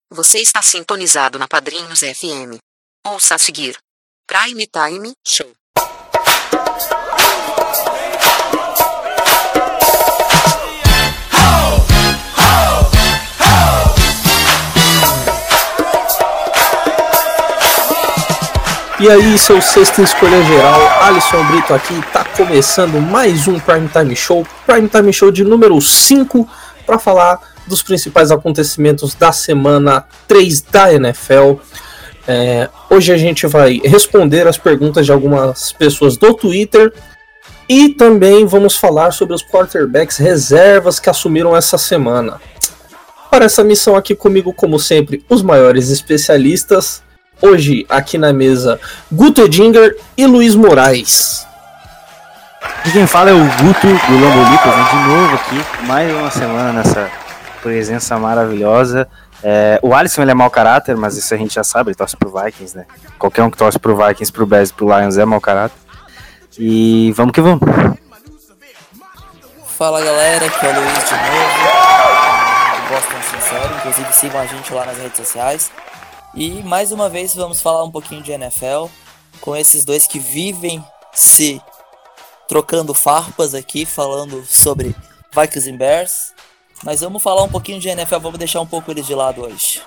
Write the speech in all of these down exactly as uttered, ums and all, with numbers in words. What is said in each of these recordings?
Você está sintonizado na Padrinhos F M. Ouça a seguir. Prime Time Show. E aí, seu sexto escolha geral, Alisson Brito aqui, tá começando mais um Prime Time Show, Prime Time Show de número cinco, para falar dos principais acontecimentos da semana três da N F L. É, hoje a gente vai responder as perguntas de algumas pessoas do Twitter e também vamos falar sobre os quarterbacks reservas que assumiram essa semana. Para essa missão aqui comigo, como sempre, os maiores especialistas. Hoje, aqui na mesa, Guto Edinger e Luiz Moraes. E quem fala é o Guto do Lambolipas, né? De novo aqui, mais uma semana nessa presença maravilhosa. É, o Alisson ele é mau caráter, mas isso a gente já sabe, ele torce pro Vikings, né? Qualquer um que torce pro Vikings, pro Bears e pro Lions é mau caráter. E vamos que vamos. Fala galera, aqui é o Luiz de novo, do Boston Sincero, inclusive sigam a gente lá nas redes sociais. E mais uma vez vamos falar um pouquinho de N F L com esses dois que vivem se trocando farpas aqui, falando sobre Vikings e Bears. Mas vamos falar um pouquinho de N F L, vamos deixar um pouco eles de lado hoje.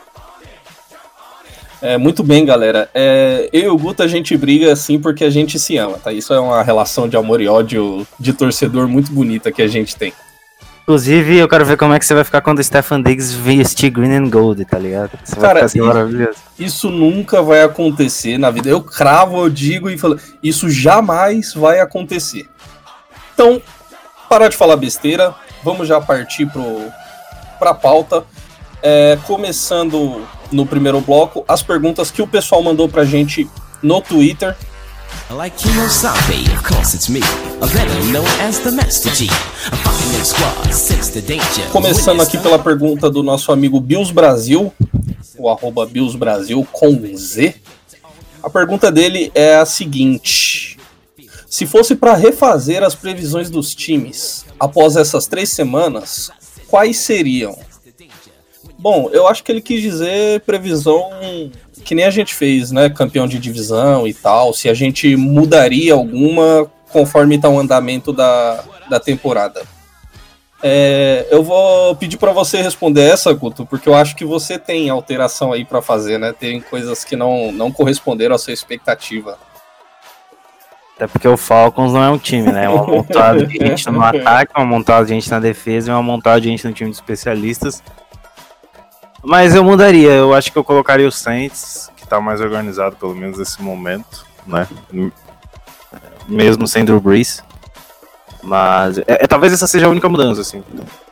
É, muito bem, galera. É, eu e o Guto a gente briga assim porque a gente se ama, tá? Isso é uma relação de amor e ódio de torcedor muito bonita que a gente tem. Inclusive, eu quero ver como é que você vai ficar quando o Stefan Diggs vestir green and gold, tá ligado? Você vai Cara, ficar assim, maravilhoso. Isso nunca vai acontecer na vida. Eu cravo, eu digo e falo, isso jamais vai acontecer. Então, parar de falar besteira, vamos já partir pro, pra pauta. É, começando no primeiro bloco, as perguntas que o pessoal mandou pra gente no Twitter. Like Kiyosaki, of course it's me, a better known as the Master G. A fucking squad, sense the danger. Começando aqui pela pergunta do nosso amigo Bills Brasil, o arroba Bills Brasil com Z. A pergunta dele é a seguinte: se fosse para refazer as previsões dos times após essas três semanas, quais seriam? Bom, eu acho que ele quis dizer previsão que nem a gente fez, né? Campeão de divisão e tal. Se a gente mudaria alguma conforme está o andamento da, da temporada. É, eu vou pedir para você responder essa, Guto, porque eu acho que você tem alteração aí para fazer, né? Tem coisas que não, não corresponderam à sua expectativa. Até porque o Falcons não é um time, né? É uma montada de gente no ataque, uma montada de gente na defesa e uma montada de gente no time de especialistas. Mas eu mudaria, eu acho que eu colocaria o Saints, que tá mais organizado pelo menos nesse momento, né? Mesmo sem Drew Brees. Mas é, é, talvez essa seja a única mudança, assim.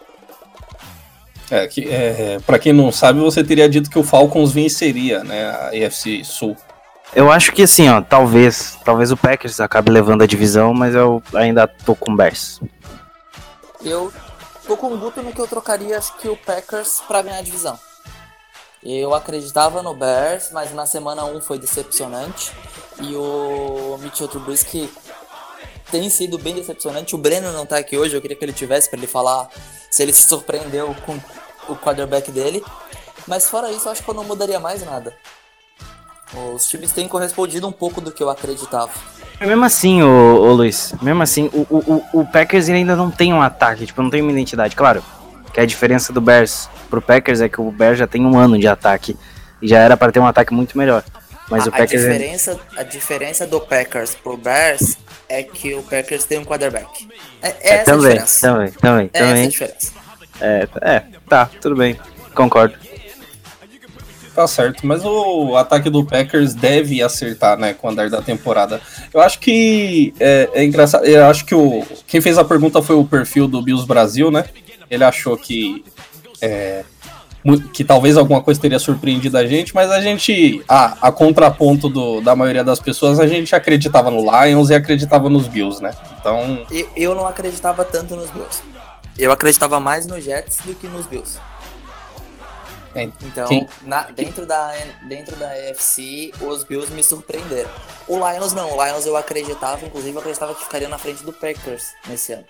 É, que, é, pra quem não sabe, você teria dito que o Falcons venceria, né? A A F C Sul. Eu acho que assim, ó, talvez, talvez o Packers acabe levando a divisão, mas eu ainda tô com o Bears. Eu tô com o Guto no que eu trocaria, acho que o Packers pra ganhar a divisão. Eu acreditava no Bears, mas na semana um foi decepcionante. E o Mitchell Trubisky tem sido bem decepcionante. O Breno não tá aqui hoje, eu queria que ele tivesse pra ele falar se ele se surpreendeu com o quarterback dele. Mas fora isso, eu acho que eu não mudaria mais nada. Os times têm correspondido um pouco do que eu acreditava. Mesmo assim, ô, ô Luiz, mesmo assim, o, o, o Packers ainda não tem um ataque, tipo, não tem uma identidade. Claro, que a diferença do Bears pro Packers é que o Bears já tem um ano de ataque e já era para ter um ataque muito melhor. Mas a, o Packers a, diferença, é... a diferença do Packers pro Bears é que o Packers tem um quarterback. É, é, é essa também, a diferença. Também, também, é também. essa a diferença. É, é, tá, tudo bem, concordo. Tá certo, mas o ataque do Packers deve acertar, né, com o andar da temporada. Eu acho que é, é engraçado, eu acho que o, quem fez a pergunta foi o perfil do Bills Brasil, né? Ele achou que é, que talvez alguma coisa teria surpreendido a gente, mas a gente, a, a contraponto do, da maioria das pessoas, a gente acreditava no Lions e acreditava nos Bills, né? Então... Eu, eu não acreditava tanto nos Bills. Eu acreditava mais nos Jets do que nos Bills. Então, Quem? Na, dentro, da, dentro da A F C, os Bills me surpreenderam. O Lions não, o Lions eu acreditava, inclusive eu acreditava que ficaria na frente do Packers nesse ano.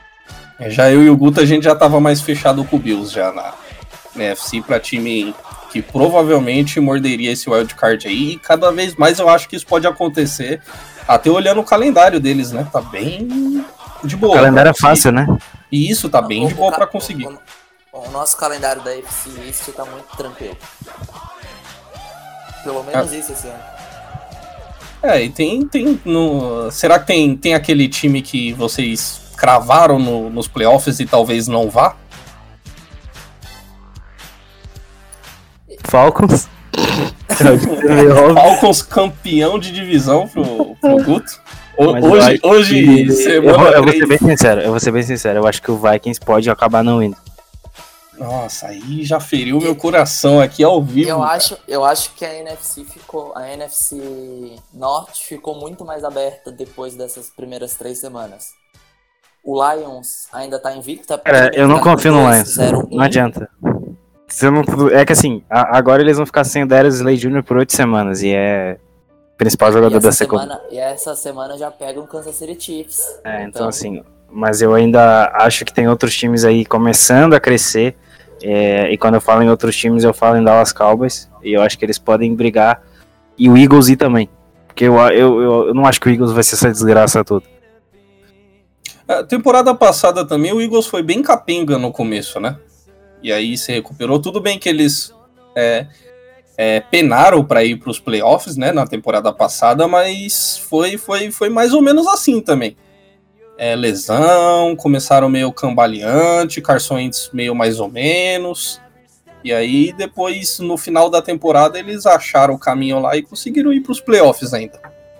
Já eu e o Guto, a gente já tava mais fechado com o Bills já na, na A F C pra time que provavelmente morderia esse wildcard aí, e cada vez mais eu acho que isso pode acontecer, até olhando o calendário deles, né? Tá bem de boa. O calendário é fácil, né? E isso tá bem O- de o boa ca- pra conseguir. O, o nosso calendário da A F C East tá muito tranquilo. Pelo menos Ah. isso esse ano. É, e tem. tem no... Será que tem, tem aquele time que vocês cravaram no- nos playoffs e talvez não vá? Falcons. Falcons campeão de divisão pro, pro Guto. O- Mas eu hoje, acho hoje que- eu, semana vou- eu vou ser três. bem sincero, eu vou ser bem sincero. Eu acho que o Vikings pode acabar não indo. Nossa, aí já feriu meu coração aqui ao vivo. Eu cara. acho, eu acho que a N F C ficou. A N F C Norte ficou muito mais aberta depois dessas primeiras três semanas. O Lions ainda tá invicto. Tá Cara, eu não tá com confio no dois, Lions. zero, um. Não adianta. Se eu não- é que assim, a- agora eles vão ficar sem o Darius Slay Júnior por oito semanas e é o principal E jogador essa, da segunda. semana, e essa semana já pega um Kansas City Chiefs. É, então assim, mas eu ainda acho que tem outros times aí começando a crescer. É, e quando eu falo em outros times, eu falo em Dallas Cowboys. E eu acho que eles podem brigar. E o Eagles ir também. Porque eu, eu, eu, eu não acho que o Eagles vai ser essa desgraça toda. A temporada passada também o Eagles foi bem capenga no começo, né? E aí se recuperou. Tudo bem que eles é, é, penaram para ir para os playoffs, né? Na temporada passada, mas foi, foi, foi mais ou menos assim também. É, lesão, começaram meio cambaleante, Carson Wentz meio mais ou menos. E aí depois, no final da temporada, eles acharam o caminho lá e conseguiram ir para os playoffs ainda.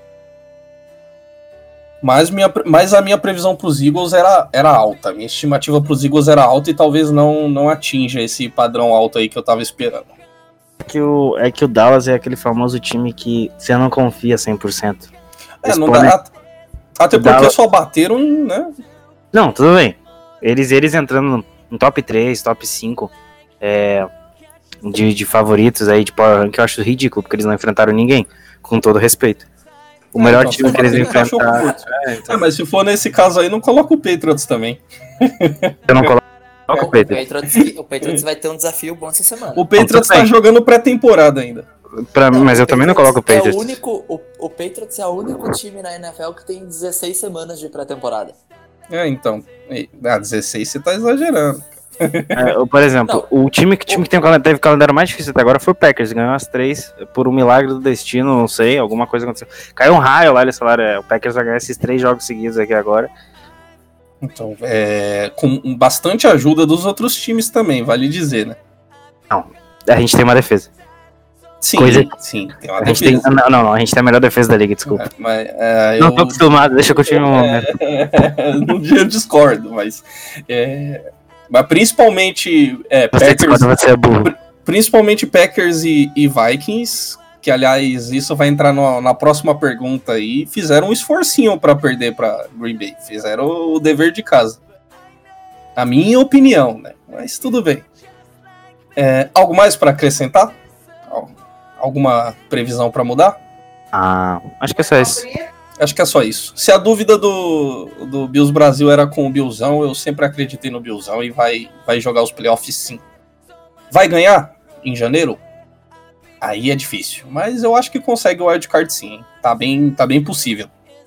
Mas, minha, mas a minha previsão para os Eagles era, era alta. A minha estimativa para os Eagles era alta e talvez não, não atinja esse padrão alto aí que eu tava esperando. É que, o, é que o Dallas é aquele famoso time que você não confia cem por cento. É, Eles não podem- dá, até porque Dallas- só bateram, né? Não, tudo bem. Eles, eles entrando no, no top três, top cinco é, de, de favoritos aí de Power Rank, eu acho ridículo, porque eles não enfrentaram ninguém, com todo respeito. O É, melhor então, time só que eles bateram cachorro enfrentaram. curto. É, então, É, mas se for nesse caso aí, não coloca o Patriots também. eu não coloco O, o o, Patriots. Patriots, o Patriots vai ter um desafio bom essa semana. O Patriots tudo bem. tá jogando pré-temporada ainda. Pra, Não, mas eu também não coloco o É o, Patriots. único, o, o Patriots é o único time na N F L que tem dezesseis semanas de pré-temporada. É, então. E- Ah, dezesseis você tá exagerando. É, ou, por exemplo, o time, que- time que tem o calendário, teve o calendário mais difícil até agora foi o Packers. Ganhou as três por um milagre do destino, não sei, alguma coisa aconteceu. Caiu um raio lá, eles falaram, é, o Packers vai ganhar esses três jogos seguidos aqui agora. Então, é, com bastante ajuda dos outros times também, vale dizer, né? A gente tem uma defesa. Sim, Coisa- sim, tem uma A gente tem, defesa. não, não, não, a gente tem a melhor defesa da liga, desculpa. É, mas, é, Não eu, tô acostumado, deixa eu continuar um momento. no dia eu discordo, mas, é, mas principalmente é, Você Packers, discorda, você é burro. principalmente Packers e, e Vikings, que aliás isso vai entrar no- na próxima pergunta aí, fizeram um esforcinho pra perder pra Green Bay, fizeram o dever de casa. A minha opinião, né? Mas tudo bem. É, algo mais pra acrescentar? Al- Alguma previsão pra mudar? Ah, acho que é só isso. Acho que é só isso. Se a dúvida do, do Bills Brasil era com o Billzão, eu sempre acreditei no Billzão e vai, vai jogar os playoffs sim. Vai ganhar em janeiro? Aí é difícil. Mas eu acho que consegue o wildcard sim. Hein? Tá bem, tá bem possível.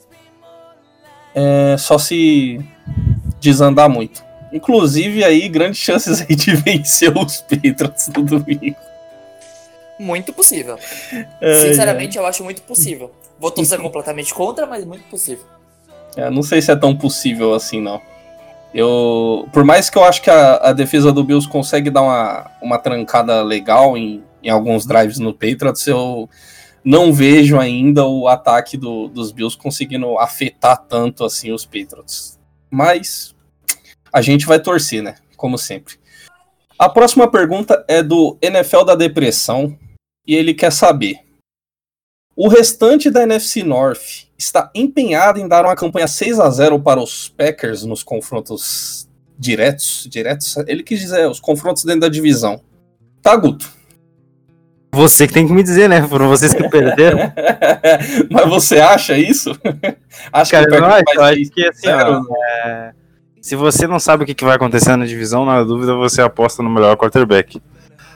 É só se desandar muito. Inclusive aí, grandes chances aí de vencer os Patriots no domingo. Muito possível. É, Sinceramente, eu acho muito possível. Vou torcer completamente contra, mas muito possível. É, não sei se é tão possível assim, não. Eu, por mais que eu acho que a, a defesa do Bills consegue dar uma, uma trancada legal em, em alguns drives no Patriots, eu não vejo ainda o ataque do, dos Bills conseguindo afetar tanto assim os Patriots. Mas a gente vai torcer, né? Como sempre. A próxima pergunta é do N F L da Depressão e ele quer saber: o restante da N F C North está empenhado em dar uma campanha seis a zero para os Packers nos confrontos diretos? Diretos? Ele quis dizer os confrontos dentro da divisão. Tá, Guto? Você que tem que me dizer, né? Foram vocês que perderam. Mas você acha isso? Acho Cara, que eu o não Packers acho, eu vai acho que assim, zero? ó, é, se você não sabe o que que vai acontecer na divisão, na dúvida você aposta no melhor quarterback.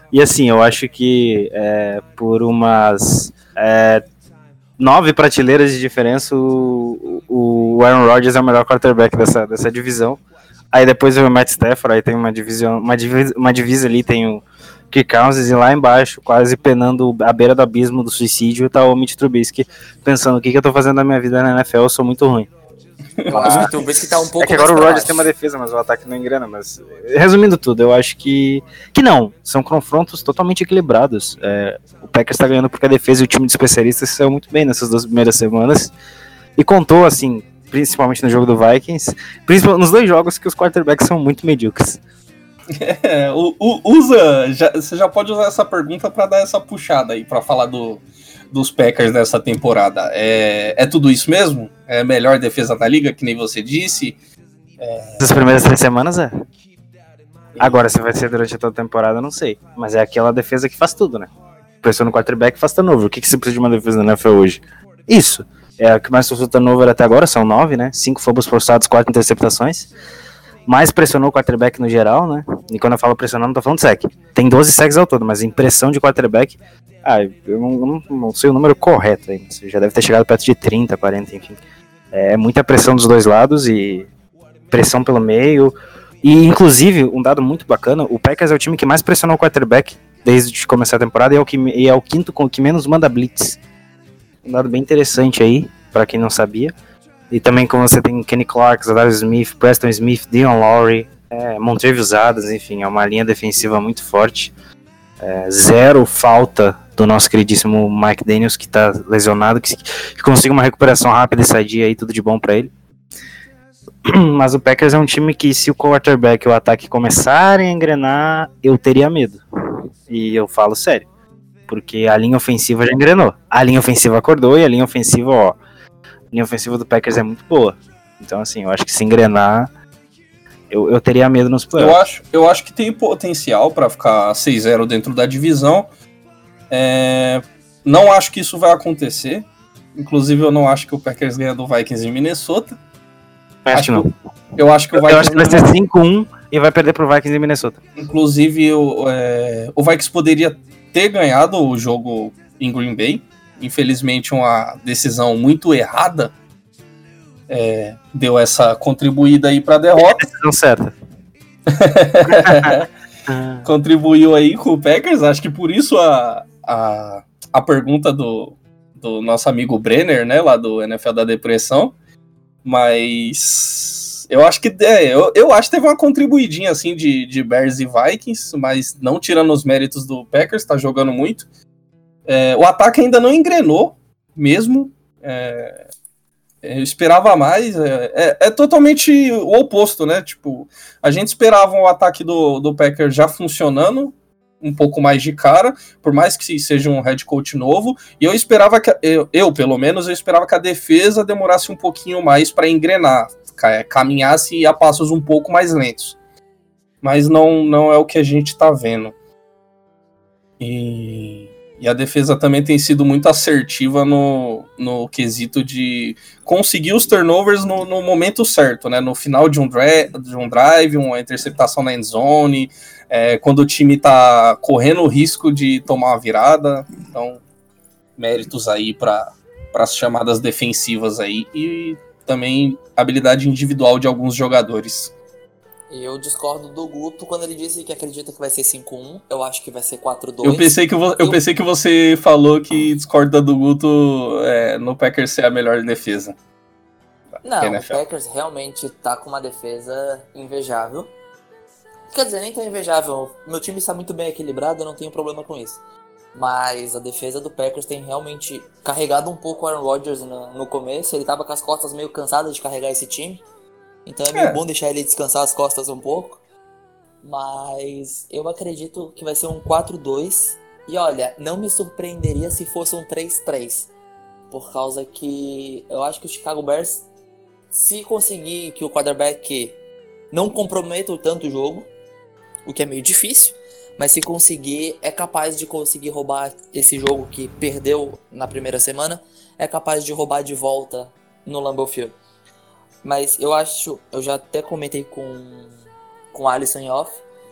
E assim, eu acho que é, por umas é, nove prateleiras de diferença, o, o Aaron Rodgers é o melhor quarterback dessa, dessa divisão. Aí depois vem o Matt Stafford, aí tem uma divisão, uma divisa, uma divisa ali, tem o Kirk Cousins, e lá embaixo, quase penando a beira do abismo do suicídio, tá o Mitch Trubisky pensando, o que, que eu tô fazendo na minha vida na N F L, eu sou muito ruim. Eu acho que o Trubisky tá um pouco É que agora mais o pra Rodgers baixo. tem uma defesa, mas o ataque não engrena. Mas resumindo tudo, eu acho que que não, são confrontos totalmente equilibrados. É, o Packers tá ganhando porque a defesa e o time de especialistas saiu muito bem nessas duas primeiras semanas e contou, assim, principalmente no jogo do Vikings, principalmente nos dois jogos que os quarterbacks são muito medíocres. É, o, o, usa, já, você já pode usar essa pergunta para dar essa puxada aí, para falar do, dos Packers nessa temporada. É, é tudo isso mesmo? É a melhor defesa da liga, que nem você disse? É... Nas primeiras três semanas é. Agora, se vai ser durante toda a temporada, eu não sei. Mas é aquela defesa que faz tudo, né? Pressiona o quarterback e faz turnover. O que, que você precisa de uma defesa na N F L hoje? Isso. É o que mais sofreu turnover até agora, são nove, né? Cinco fumbles forçados, quatro interceptações. Mais pressionou o quarterback no geral, né? E quando eu falo pressionar, não tô falando de sec. Tem doze sacks ao todo, mas em pressão de quarterback, ah, eu não, não, não sei o número correto aí. Você já deve ter chegado perto de trinta, quarenta, enfim. É muita pressão dos dois lados e pressão pelo meio. E, inclusive, um dado muito bacana, o Packers é o time que mais pressionou o quarterback desde começar a temporada e é o, que, e é o quinto com que menos manda blitz. Um dado bem interessante aí, pra quem não sabia. E também como você tem Kenny Clark, Zadarius Smith, Preston Smith, Dion Lowry, é, Montravius Adams, enfim, é uma linha defensiva muito forte. É, zero falta do nosso queridíssimo Mike Daniels, que tá lesionado, que, que consiga uma recuperação rápida e sadia aí, tudo de bom pra ele. Mas o Packers é um time que, se o quarterback e o ataque começarem a engrenar, eu teria medo. E eu falo sério, porque a linha ofensiva já engrenou. A linha ofensiva acordou e a linha ofensiva, ó, a linha ofensiva do Packers é muito boa. Então, assim, eu acho que se engrenar, eu, eu teria medo nos playoffs. Eu acho, eu acho que tem potencial para ficar seis a zero dentro da divisão. É, não acho que isso vai acontecer. Inclusive, eu não acho que o Packers ganha do Vikings em Minnesota. Acho que não. Que, eu acho que o eu, Vikings eu acho que vai ser cinco a um e vai perder pro Vikings em Minnesota. Inclusive, o, é, o Vikings poderia ter ganhado o jogo em Green Bay. Infelizmente, uma decisão muito errada é, deu essa contribuída aí para a derrota. Decisão certa. Contribuiu aí com o Packers. Acho que por isso a, a, a pergunta do, do nosso amigo Brenner, né, lá do N F L da Depressão. Mas eu acho que é, eu, eu acho que teve uma contribuidinha assim de, de Bears e Vikings, mas não tirando os méritos do Packers, tá jogando muito. É, o ataque ainda não engrenou mesmo. É, eu esperava mais. É, é, é totalmente o oposto, né? Tipo, a gente esperava o ataque do, do Packers já funcionando um pouco mais de cara, por mais que seja um head coach novo, e eu esperava que, eu, eu pelo menos, eu esperava que a defesa demorasse um pouquinho mais para engrenar, caminhasse a passos um pouco mais lentos. Mas não, não é o que a gente tá vendo. E, e a defesa também tem sido muito assertiva no, no quesito de conseguir os turnovers no, no momento certo, né? No final de um, dra- de um drive, uma interceptação na endzone, é, quando o time tá correndo o risco de tomar uma virada. Então, méritos aí para as chamadas defensivas aí e também habilidade individual de alguns jogadores. Eu discordo do Guto quando ele disse que acredita que vai ser cinco a um. Eu acho que vai ser quatro a dois. Eu pensei que, vo- eu... eu pensei que você falou que discorda do Guto é, no Packers ser a melhor defesa. Não, N F L. o Packers realmente tá com uma defesa invejável. Quer dizer, nem tão invejável. Meu time está muito bem equilibrado, eu não tenho problema com isso. Mas a defesa do Packers tem realmente carregado um pouco o Aaron Rodgers no, no começo. Ele tava com as costas meio cansadas de carregar esse time. Então é meio É. bom deixar ele descansar as costas um pouco. Mas eu acredito que vai ser um quatro a dois. E olha, não me surpreenderia se fosse um três a três. Por causa que eu acho que o Chicago Bears, se conseguir que o quarterback não comprometa tanto o jogo, o que é meio difícil, mas se conseguir, é capaz de conseguir roubar esse jogo que perdeu na primeira semana, é capaz de roubar de volta no Lambeau Field. Mas eu acho, eu já até comentei com, com o Alisson em off,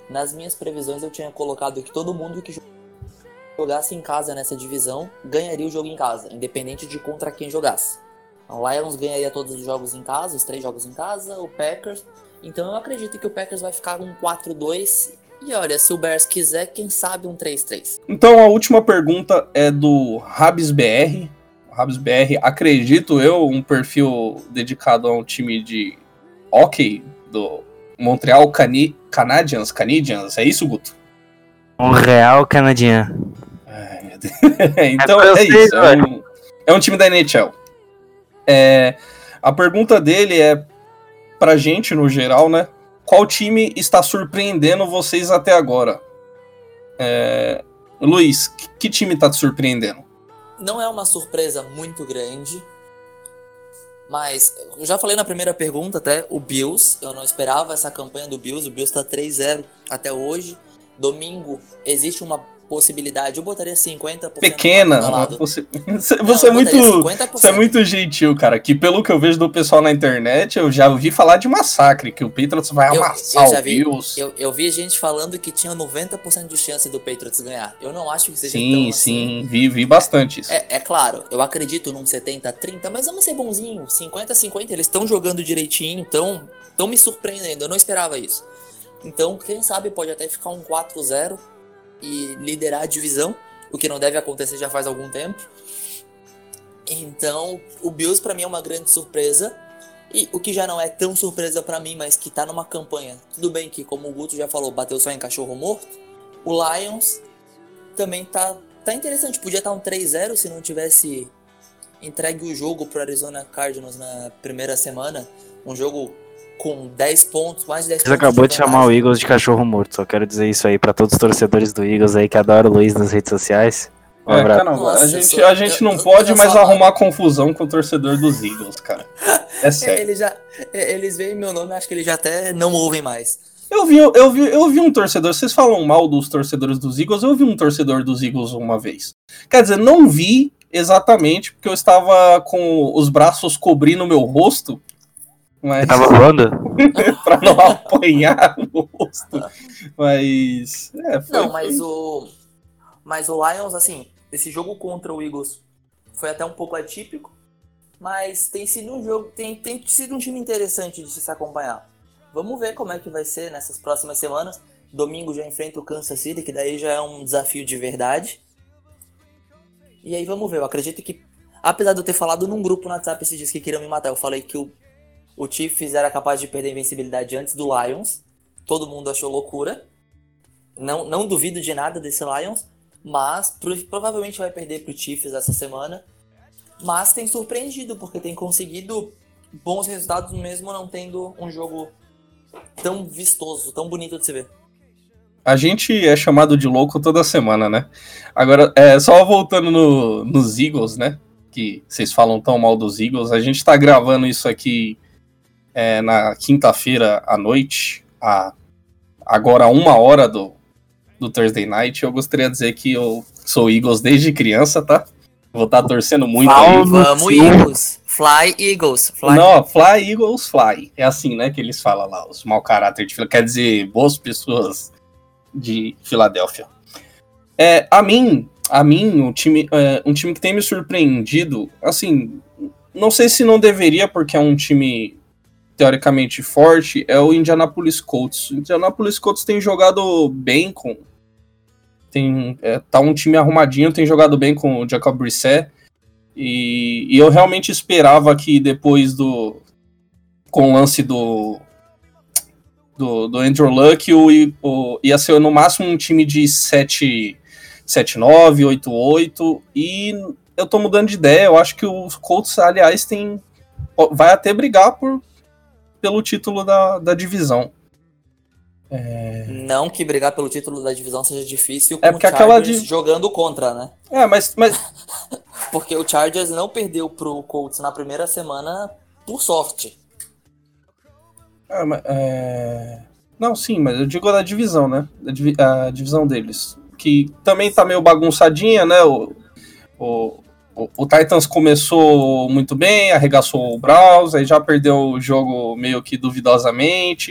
nas minhas previsões eu tinha colocado que todo mundo que jogasse em casa nessa divisão ganharia o jogo em casa, independente de contra quem jogasse. O Lions ganharia todos os jogos em casa, os três jogos em casa, o Packers. Então eu acredito que o Packers vai ficar com um quatro a dois. E olha, se o Bears quiser, quem sabe um três a três. Então a última pergunta é do RabsBR. RabsBR, acredito eu, um perfil dedicado a um time de hockey do Montreal Cani- Canadiens. Canadiens, é isso, Guto? Um real canadiano. Ai, meu Deus. Então É é, pra eu isso, sei, é um, é um time da N H L. É, a pergunta dele é pra gente, no geral, né? Qual time está surpreendendo vocês até agora? É, Luiz, que, que time tá te surpreendendo? Não é uma surpresa muito grande, mas eu já falei na primeira pergunta até, o Bills, eu não esperava essa campanha do Bills, o Bills tá três a zero até hoje. Domingo existe uma possibilidade, eu botaria cinquenta por cento Pequena. lado. Você, você, Não, você é eu muito, botaria cinquenta por cento. você é muito gentil, cara. Que pelo que eu vejo do pessoal na internet, eu já ouvi falar de massacre, que o Patriots vai Eu, amassar eu já o vi, Bills. eu, eu vi gente falando que tinha noventa por cento de chance do Patriots ganhar. Eu não acho que seja Sim, tão assim. sim, vi, vi bastante isso. É, é claro, eu acredito num setenta a trinta, mas vamos ser bonzinho, cinquenta a cinquenta, eles estão jogando direitinho, estão me surpreendendo, eu não esperava isso. Então, quem sabe pode até ficar um quatro a zero e liderar a divisão, o que não deve acontecer já faz algum tempo. Então, o Bills pra mim é uma grande surpresa, e o que já não é tão surpresa pra mim, mas que tá numa campanha, tudo bem que, como o Guto já falou, bateu só em cachorro morto, o Lions também tá, tá interessante, podia estar um três a zero se não tivesse entregue o jogo pro Arizona Cardinals na primeira semana, um jogo com dez pontos, mais de dez Você pontos. acabou de vantagem. chamar o Eagles de cachorro morto, só quero dizer isso aí pra todos os torcedores do Eagles aí que adoram o Luiz nas redes sociais. Um É, abraço. caramba, Nossa, a eu gente, sou- a gente eu- não eu- pode eu mais sou arrumar confusão com o torcedor dos Eagles, cara. É É, sério. eles já, é, eles veem meu nome, acho que eles já até não ouvem mais. Eu vi, eu, vi, eu vi um torcedor, vocês falam mal dos torcedores dos Eagles, eu vi um torcedor dos Eagles uma vez. Quer dizer, não vi exatamente, porque eu estava com os braços cobrindo o meu rosto, mas Você tava voando? pra não apanhar no rosto. Mas. É, foi, Não, mas foi- o. Mas o Lions, assim, esse jogo contra o Eagles foi até um pouco atípico, mas tem sido um jogo, tem, tem sido um time interessante de se acompanhar. Vamos ver como é que vai ser nessas próximas semanas. Domingo já enfrenta o Kansas City, que daí já é um desafio de verdade. E aí vamos ver, eu acredito que, apesar de eu ter falado num grupo no WhatsApp esses dias que queriam me matar, eu falei que o, o Chiefs era capaz de perder a invencibilidade antes do Lions. Todo mundo achou loucura. Não, não duvido de nada desse Lions, mas pro, provavelmente vai perder pro Chiefs essa semana. Mas tem surpreendido, porque tem conseguido bons resultados mesmo não tendo um jogo tão vistoso, tão bonito de se ver. A gente é chamado de louco toda semana, né? Agora, é, só voltando no, nos Eagles, né? Que vocês falam tão mal dos Eagles. A gente tá gravando isso aqui é, na quinta-feira à noite, a, agora a uma hora do, do Thursday Night. Eu gostaria de dizer que eu sou Eagles desde criança, tá? Vou estar torcendo muito aí. Paulo. Vamos, sim. Eagles! Fly, Eagles! Fly. Não, fly, Eagles, fly. É assim, né, que eles falam lá, os mau caráter de Filadélfia. Quer dizer, boas pessoas de Filadélfia. É, a mim, a mim, um time, é, um time que tem me surpreendido, assim, não sei se não deveria, porque é um time teoricamente forte, é o Indianapolis Colts. O Indianapolis Colts tem jogado bem com... Tem, é, tá um time arrumadinho, tem jogado bem com o Jacob Brissett. E, e eu realmente esperava que depois do... Com o lance do... Do, do Andrew Luck, o, o, ia ser no máximo um time de sete nove, oito oito, e eu tô mudando de ideia. Eu acho que os Colts, aliás, tem, vai até brigar por, pelo título da, da divisão. É... Não que brigar pelo título da divisão seja difícil com É porque o aquela Chargers de- jogando contra, né? É, mas, mas Porque o Chargers não perdeu pro Colts na primeira semana por sorte. Ah, mas, é... Não, sim, mas eu digo da divisão, né? A, divi- a divisão deles. Que também tá meio bagunçadinha, né? O, o, o, o Titans começou muito bem, arregaçou o Browns, aí já perdeu o jogo meio que duvidosamente.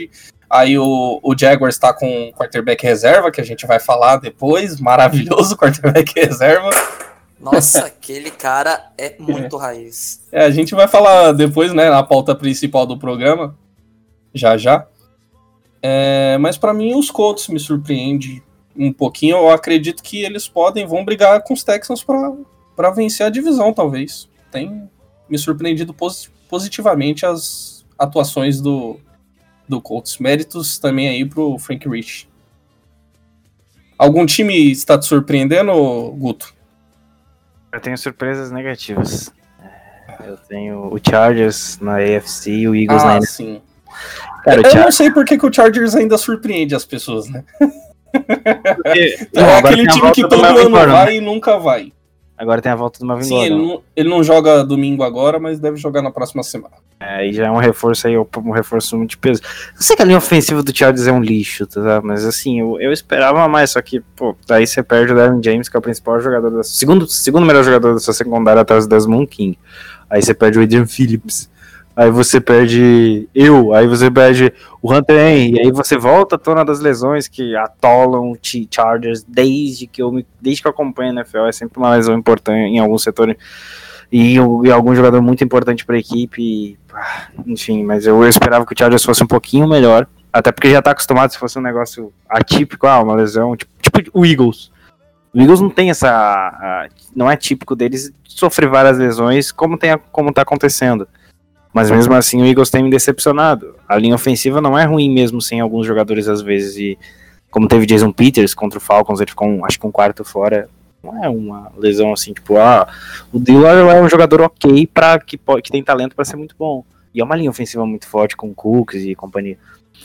Aí o, o Jaguars está com quarterback reserva, que a gente vai falar depois. Maravilhoso quarterback reserva. Nossa, aquele cara é muito raiz. É, a gente vai falar depois, né, na pauta principal do programa. Já, já. É, mas para mim os Colts me surpreendem um pouquinho. Eu acredito que eles podem, vão brigar com os Texans para vencer a divisão, talvez. Tem me surpreendido pos, positivamente as atuações do, do Colts. Méritos também aí pro Frank Rich. Algum time está te surpreendendo, Guto? Eu tenho surpresas negativas. Eu tenho o Chargers na A F C e o Eagles ah, na N F C. Sim. Cara, eu Char... não sei por que, que o Chargers ainda surpreende as pessoas, né? Porque... é não, aquele time que todo ano vai né? e nunca vai. Agora tem a volta do Melvin Sim, Gordon. ele não, ele não joga domingo agora, mas deve jogar na próxima semana. É, e já é um reforço aí, um reforço muito de peso. Eu sei que a linha ofensiva do Chargers é um lixo, tá? Mas assim, eu, eu esperava mais, só que, pô, daí você perde o Darren James, que é o principal jogador da segundo, segundo melhor jogador da sua secundária atrás do Desmond King. Aí você perde o Adrian Phillips. Aí você perde eu, aí você perde o Hunter Henry, e aí você volta à tona das lesões que atolam o Chargers desde que eu me, desde que eu acompanho a N F L, é sempre uma lesão importante em algum setor e, e algum jogador muito importante para a equipe, enfim, mas eu, eu esperava que o Chargers fosse um pouquinho melhor, até porque já está acostumado se fosse um negócio atípico, ah, uma lesão, tipo, tipo o Eagles. O Eagles não tem essa, a, não é típico deles sofrer várias lesões como, tem, como tá acontecendo. Mas mesmo assim o Eagles tem me decepcionado. A linha ofensiva não é ruim mesmo sem alguns jogadores às vezes. E como teve Jason Peters contra o Falcons, ele ficou um, acho que um quarto fora. Não é uma lesão assim, tipo, ah, o Dillard é um jogador ok pra, que, que tem talento para ser muito bom. E é uma linha ofensiva muito forte com Cooks e companhia.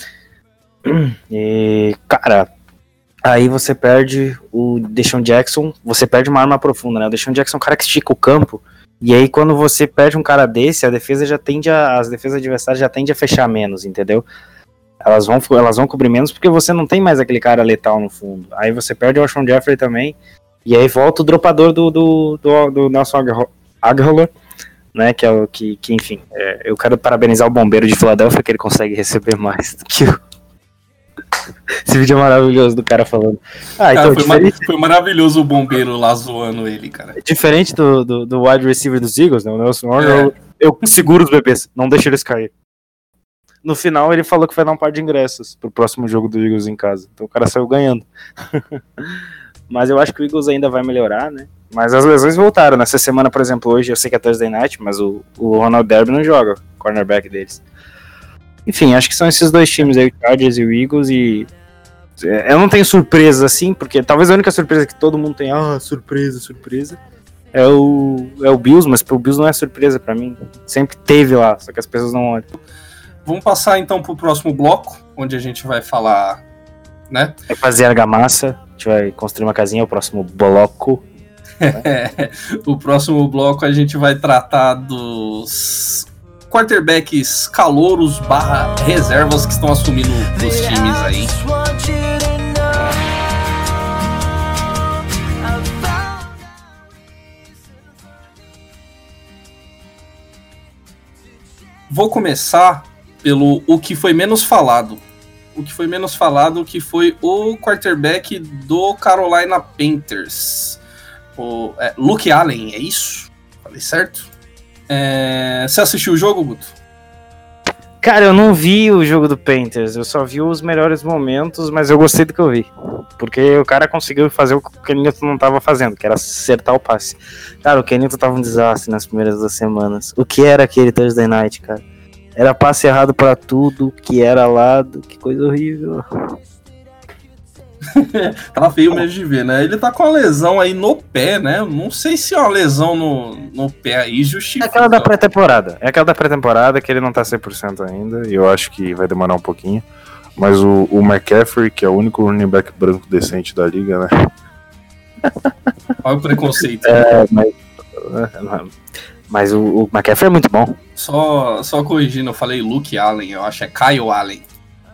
E, cara, aí você perde o Deshaun Jackson, você perde uma arma profunda, né? O Deshaun Jackson é um cara que estica o campo. E aí quando você perde um cara desse, a defesa já tende a, as defesas adversárias já tendem a fechar menos, entendeu? Elas vão, elas vão cobrir menos porque você não tem mais aquele cara letal no fundo. Aí você perde o Alshon Jeffrey também, e aí volta o dropador do, do, do, do Nelson Agholor, né, que é o que, que enfim, é, eu quero parabenizar o bombeiro de Filadélfia, que ele consegue receber mais do que o... Esse vídeo é maravilhoso do cara falando. Ah, então, cara, foi, diferente... mar... foi maravilhoso o bombeiro lá zoando ele, cara. Diferente do, do, do wide receiver dos Eagles, né? O Nelson Arnold, é. eu, eu seguro os bebês, não deixa eles cair. No final, ele falou que vai dar um par de ingressos pro próximo jogo do Eagles em casa. Então o cara saiu ganhando. Mas eu acho que o Eagles ainda vai melhorar, né? Mas as lesões voltaram. Nessa semana, por exemplo, hoje, eu sei que é Thursday Night, mas o, o Ronald Darby não joga, cornerback deles. Enfim, acho que são esses dois times aí, o Chargers e o Eagles, e eu não tenho surpresa assim, porque talvez a única surpresa que todo mundo tem, ah, surpresa, surpresa, é o, é o Bills, mas o Bills não é surpresa pra mim, sempre teve lá, só que as pessoas não olham. Vamos passar então pro próximo bloco, onde a gente vai falar, né? Vai fazer argamassa, a gente vai construir uma casinha, o próximo bloco. Né? O próximo bloco a gente vai tratar dos... quarterbacks calouros barra reservas que estão assumindo os times aí. Vou começar pelo o que foi menos falado. O que foi menos falado que foi o quarterback do Carolina Panthers. O é, Luke Allen, é isso? Falei certo? É... Você assistiu o jogo, Guto? Cara, eu não vi o jogo do Panthers, eu só vi os melhores momentos, mas eu gostei do que eu vi. Porque o cara conseguiu fazer o que o Kenilton não estava fazendo, que era acertar o passe. Cara, o Kenilton tava um desastre nas primeiras duas semanas. O que era aquele Thursday Night, cara? Era passe errado pra tudo, que era lado, que coisa horrível. Tava feio mesmo de ver, né? Ele tá com uma lesão aí no pé, né? Não sei se é uma lesão no, no pé aí justifica. É aquela da pré-temporada. É aquela da pré-temporada que ele não tá cem por cento ainda. E eu acho que vai demorar um pouquinho. Mas o, o McCaffrey, que é o único running back branco decente da liga, né? Olha o preconceito. É, mas, mas o, o McCaffrey é muito bom. Só, só corrigindo, eu falei Luke Allen. Eu acho que é Kyle Allen.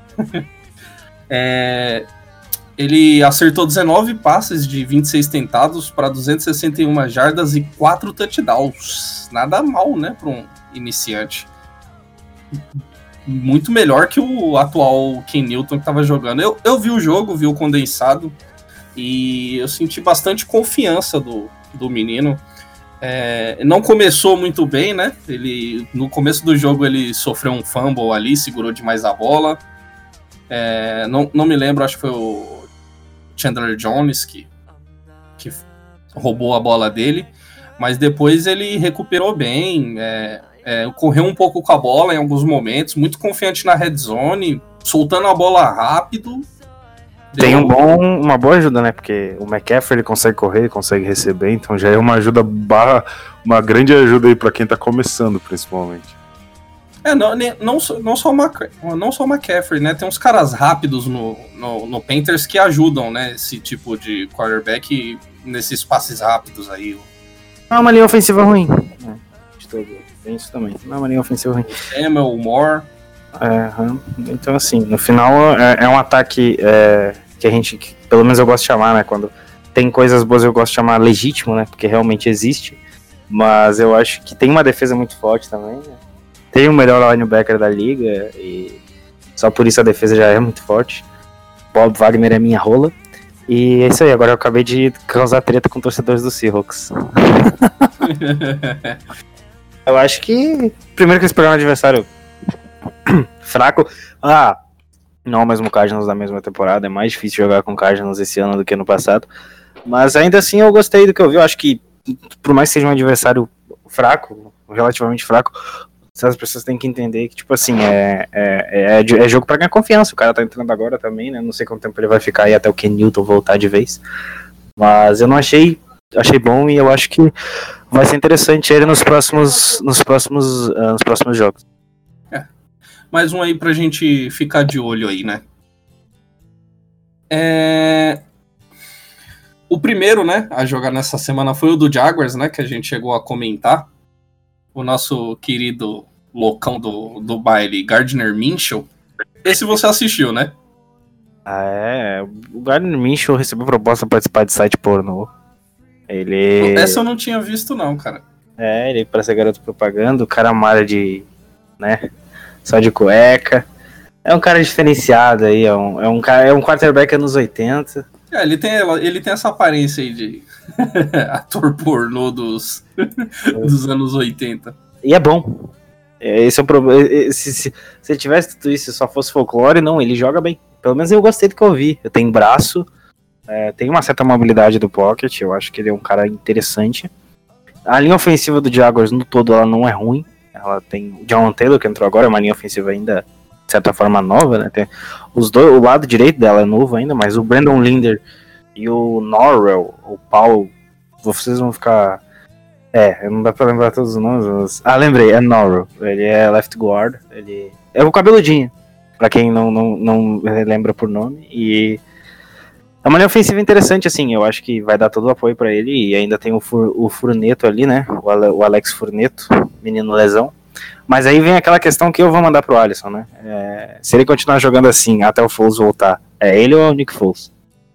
é... Ele acertou dezenove passes de vinte e seis tentados para duzentas e sessenta e uma jardas e quatro touchdowns. Nada mal, né, para um iniciante. muito melhor que o atual Ken Newton que tava jogando. Eu, eu vi o jogo, vi o condensado, e eu senti bastante confiança do, do menino. É, não começou muito bem, né? Ele, no começo do jogo ele sofreu um fumble ali, segurou demais a bola. É, não, não me lembro, acho que foi o Chandler Jones que, que roubou a bola dele, mas depois ele recuperou bem, é, é, correu um pouco com a bola em alguns momentos, muito confiante na red zone, soltando a bola rápido. Tem um bom, uma boa ajuda, né? Porque o McCaffrey ele consegue correr, ele consegue receber, então já é uma ajuda barra, uma grande ajuda aí pra quem tá começando, principalmente. É, não, não, não, só, o não só o McCaffrey, né? Tem uns caras rápidos no, no, no Panthers que ajudam, né? Esse tipo de quarterback nesses passes rápidos aí. Não é uma linha ofensiva ruim. É, tem isso também. Não é uma linha ofensiva ruim. Samuel, Moore. É, então, assim, no final é, é um ataque é, que a gente, que, pelo menos eu gosto de chamar, né? Quando tem coisas boas eu gosto de chamar legítimo, né? Porque realmente existe. Mas eu acho que tem uma defesa muito forte também, né? Tem o melhor linebacker da liga e só por isso a defesa já é muito forte. Bob Wagner é minha rola. E é isso aí, agora eu acabei de causar treta com torcedores do Seahawks. Eu acho que primeiro que eles pegaram um adversário fraco. Ah, não é o mesmo Cardinals da mesma temporada, é mais difícil jogar com Cardinals esse ano do que no passado. Mas ainda assim eu gostei do que eu vi. Eu acho que por mais que seja um adversário fraco, relativamente fraco, as pessoas têm que entender que, tipo assim, é, é, é, é jogo pra ganhar confiança. O cara tá entrando agora também, né? Não sei quanto tempo ele vai ficar aí até o Ken Newton voltar de vez. Mas eu não achei, achei bom e eu acho que vai ser interessante ele nos próximos, nos próximos, uh, nos próximos jogos. É. Mais um aí pra gente ficar de olho aí, né? É... O primeiro, né, a jogar nessa semana foi o do Jaguars, né? Que a gente chegou a comentar. O nosso querido loucão do, do baile, Gardner Minshew. Esse você assistiu, né? Ah, é. O Gardner Minshew recebeu proposta pra participar de site pornô. Ele... Essa eu não tinha visto não, cara. É, ele pra ser garoto propaganda, o cara malha de... né? Só de cueca. É um cara diferenciado aí, é um, é um, cara, é um quarterback anos oitenta. É, ele tem, ele tem essa aparência aí de ator pornô dos, dos anos oitenta. E é bom. Esse é o problema. Se, se, se ele tivesse tudo isso e só fosse folclore, não, ele joga bem. Pelo menos eu gostei do que eu vi. Eu tenho braço, é, tem uma certa mobilidade do pocket, eu acho que ele é um cara interessante. A linha ofensiva do Jaguars no todo ela não é ruim. Ela tem o John Taylor, que entrou agora, é uma linha ofensiva ainda de certa forma nova, né? Tem os dois, o lado direito dela é novo ainda, mas o Brandon Linder e o Norwell, o Paul, vocês vão ficar... É, não dá pra lembrar todos os nomes, mas... Ah, lembrei, é Norwell, ele é left guard, ele é o cabeludinho, pra quem não, não, não lembra por nome, e é uma linha ofensiva interessante, assim, eu acho que vai dar todo o apoio pra ele, e ainda tem o, Fur, o Furneto ali, né, o, Ale, o Alex Furneto, menino lesão. Mas aí vem aquela questão que eu vou mandar pro Alisson, né? É, se ele continuar jogando assim até o Foles voltar, é ele ou é o Nick Foles?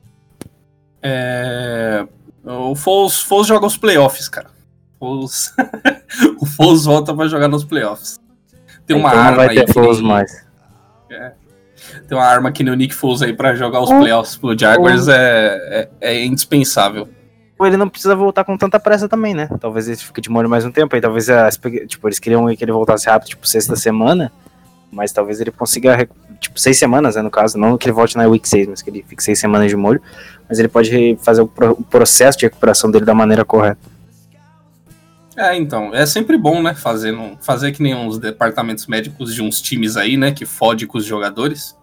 É... O Foles, Foles joga os playoffs, cara. Foles... o Foles volta pra jogar nos playoffs. Tem uma então arma não vai aí ter que Foles nem... mais. É. Tem uma arma que nem o Nick Foles aí pra jogar os playoffs pro Jaguars é, é, é indispensável. Ele não precisa voltar com tanta pressa também, né? Talvez ele fique de molho mais um tempo, aí talvez tipo, eles queriam que ele voltasse rápido, tipo, sexta semana, mas talvez ele consiga, tipo, seis semanas, né, no caso, não que ele volte na week seis, mas que ele fique seis semanas de molho, mas ele pode fazer o, pro, o processo de recuperação dele da maneira correta. É, então, é sempre bom, né, fazer, fazer que nem uns departamentos médicos de uns times aí, né, que fode com os jogadores.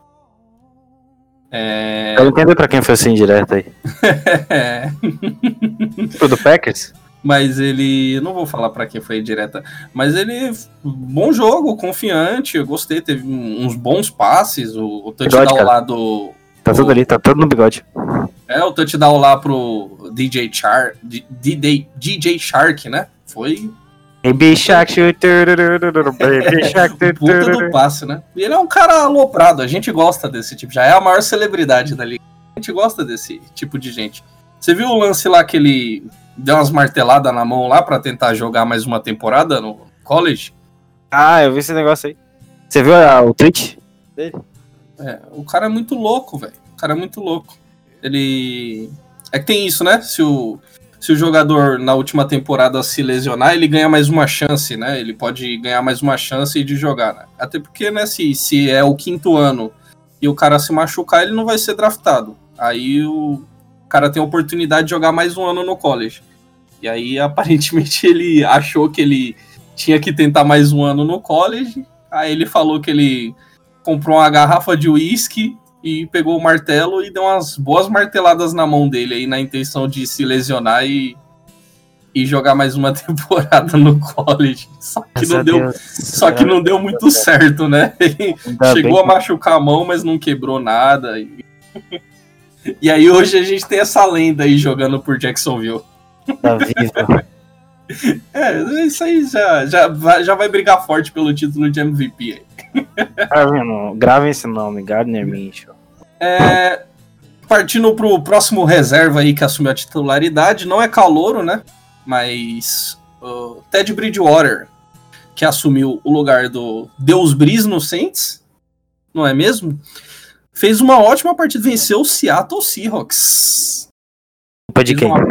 É... Eu não entendo pra quem foi assim direto aí. É. Pro do Packers? Mas ele... Não vou falar pra quem foi direta. Mas ele... Bom jogo, confiante. Eu gostei. Teve uns bons passes. O, o touchdown bigode, lá do... Tá o, tudo ali, tá tudo no bigode. É, o touchdown lá pro D J Char, D J, D J Shark, né? Foi... Baby Shark, Baby Shark, puta do passe, né? E ele é um cara aloprado, a gente gosta desse tipo, já é a maior celebridade da liga. A gente gosta desse tipo de gente. Você viu o lance lá que ele deu umas marteladas na mão lá pra tentar jogar mais uma temporada no college? Ah, eu vi esse negócio aí. Você viu a, o tweet dele? É, o cara é muito louco, velho. O cara é muito louco. Ele... É que tem isso, né? Se o, se o jogador na última temporada se lesionar, ele ganha mais uma chance, né? Ele pode ganhar mais uma chance de jogar, né? Até porque, né, se, se é o quinto ano e o cara se machucar, ele não vai ser draftado. Aí o cara tem a oportunidade de jogar mais um ano no college. E aí, aparentemente, ele achou que ele tinha que tentar mais um ano no college. Aí ele falou que ele comprou uma garrafa de uísque e pegou o martelo e deu umas boas marteladas na mão dele aí, na intenção de se lesionar e, e jogar mais uma temporada no college. Só que, não deu, só que não deu muito certo, né? Ele chegou a machucar a mão, mas não quebrou nada. E... e aí hoje a gente tem essa lenda aí jogando por Jacksonville. Tá vivo. É, isso aí já, já, vai, já vai brigar forte pelo título de M V P aí. Tá vendo? Gravem esse nome, Gardner Minshew. É, partindo pro próximo reserva aí que assumiu a titularidade, não é calouro, né? Mas o Ted Bridgewater, que assumiu o lugar do Deus Brees no Saints, não é mesmo? Fez uma ótima partida, venceu o Seattle Seahawks. Culpa de quem?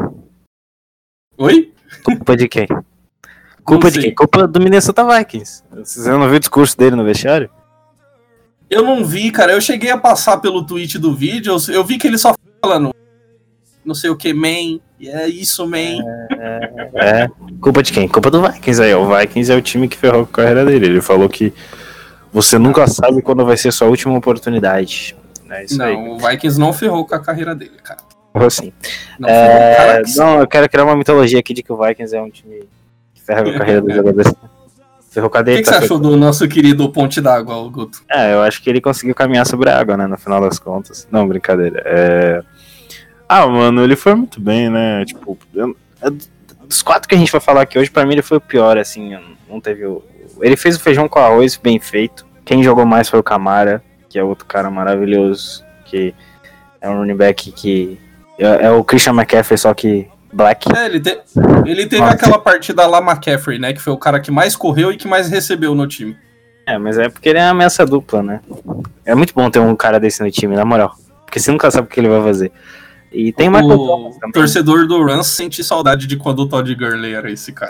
Oi? Culpa de quem? Culpa de quem? Culpa do Minnesota Vikings. Você não viu o discurso dele no vestiário? Eu não vi, cara. Eu cheguei a passar pelo tweet do vídeo. Eu vi que ele só falando não sei o que, man. E é isso, man. É, é. Culpa de quem? Culpa do Vikings aí. O Vikings é o time que ferrou com a carreira dele. Ele falou que você nunca sabe quando vai ser sua última oportunidade. É isso não, aí. o Vikings não ferrou com a carreira dele, cara. Assim. Não, é, cara, não, eu quero criar uma mitologia aqui de que o Vikings é um time que ferra com a carreira dos jogadores. Ferrou com a O que, que você achou do nosso querido Ponte d'Água, Guto? É, eu acho que ele conseguiu caminhar sobre a água, né, no final das contas. Não, brincadeira. É... Ah, mano, ele foi muito bem, né, tipo... Eu... Dos quatro que a gente vai falar aqui hoje, pra mim ele foi o pior, assim, não teve o... Ele fez o feijão com arroz bem feito. Quem jogou mais foi o Camara, que é outro cara maravilhoso, que é um running back que... É o Christian McCaffrey, só que black. É, ele, te... ele teve Nossa. aquela partida lá McCaffrey, né? Que foi o cara que mais correu e que mais recebeu no time. É, mas é porque ele é uma ameaça dupla, né? É muito bom ter um cara desse no time, na moral. Porque você nunca sabe o que ele vai fazer. E tem mais o torcedor do Rams sente saudade de quando o Todd Gurley era esse cara.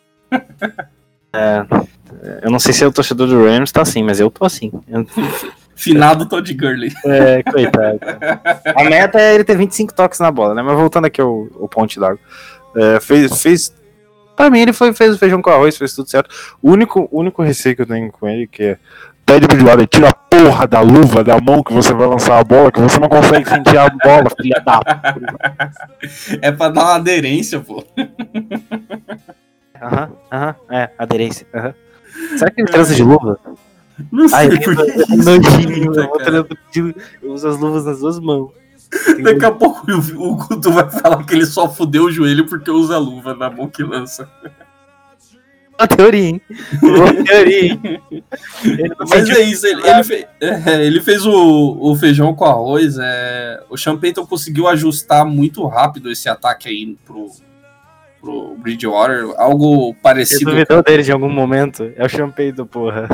É, eu não sei se é o torcedor do Rams tá assim, mas eu tô assim. Eu... Finado Todd Gurley. É, coitado. A meta é ele ter vinte e cinco toques na bola, né? Mas voltando aqui ao, ao Ponte d'Água. É, fez, fez. Pra mim, ele foi, fez o feijão com arroz, fez tudo certo. O único, único receio que eu tenho com ele que é. Ted Bridgewater, tira a porra da luva da mão que você vai lançar a bola, que você não consegue sentir a bola, filha da puta. É pra dar uma aderência, pô. Aham, aham, é, aderência. Aham. Será que ele transa de luva? Não sei Ai, por que. Eu, eu uso as luvas nas duas mãos. Daqui a pouco o Guto vai falar que ele só fudeu o joelho porque usa a luva na mão que lança. Uma teoria, hein? Uma teoria, hein? Mas é isso, ele, ele, fez, é, ele fez o, o feijão com arroz. É, o Sean Payton conseguiu ajustar muito rápido esse ataque aí pro, pro Bridgewater. Algo parecido. Você duvidou com... dele de algum momento? É o Sean Payton, porra.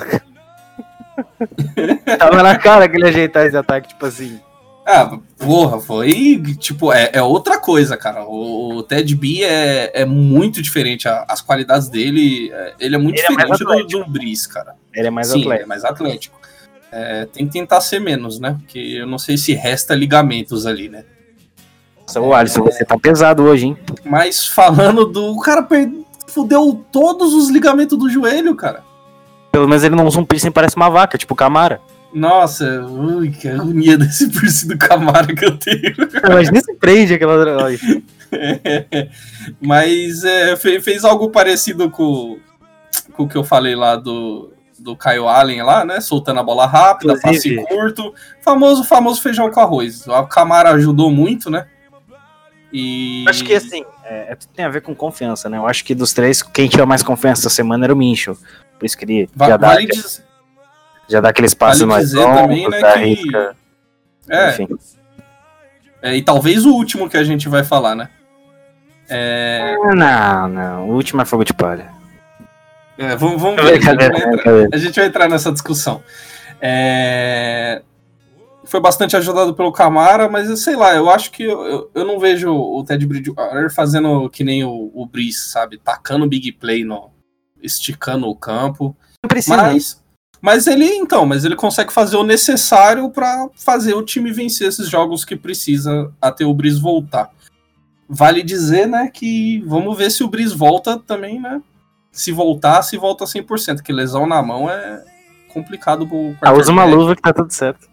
Tava na cara que ele ajeitar esse ataque, tipo assim. Ah, porra, foi. Tipo, é, é outra coisa, cara. O, o Ted B é, é muito diferente. As qualidades dele. É, ele é muito ele diferente é do, do Brees, cara. Ele é mais Sim, atlético. Ele é mais atlético. É, tem que tentar ser menos, né? Porque eu não sei se resta ligamentos ali, né? Nossa, o Alisson, você tá pesado hoje, hein? Mas falando do. O cara per... fudeu todos os ligamentos do joelho, cara. Pelo menos ele não usa um piercing, parece uma vaca, tipo o Camara. Nossa, ui, que agonia desse piercing do Camara que eu tenho. Mas nem se prende aquela... É, mas é, fez algo parecido com, com o que eu falei lá do, do Kyle Allen lá, né? Soltando a bola rápida, passe curto. Famoso, famoso feijão com arroz. O Camara ajudou muito, né? E... Acho que assim, é, tem a ver com confiança, né? Eu acho que dos três, quem tinha mais confiança essa semana era o Minshew. Por isso que ele já, dá, vale já, diz... já dá aqueles passos vale mais longos, também, né, que... risca... é. Enfim. É, e talvez o último que a gente vai falar, né? É... Não, não. O último é fogo de palha. É, vamos, vamos ver. A gente, entrar, a gente vai entrar nessa discussão. É... Foi bastante ajudado pelo Camara, mas sei lá, eu acho que eu, eu, eu não vejo o Ted Bridgewater fazendo que nem o, o Brees, sabe? Tacando big play, no, esticando o campo. Não precisa. Mas, mas ele, então, mas ele consegue fazer o necessário para fazer o time vencer esses jogos que precisa até o Brees voltar. Vale dizer, né, que vamos ver se o Brees volta também, né? Se voltar, se volta cem por cento, que lesão na mão é complicado pro quarterback. Ah, usa uma luva que tá tudo certo.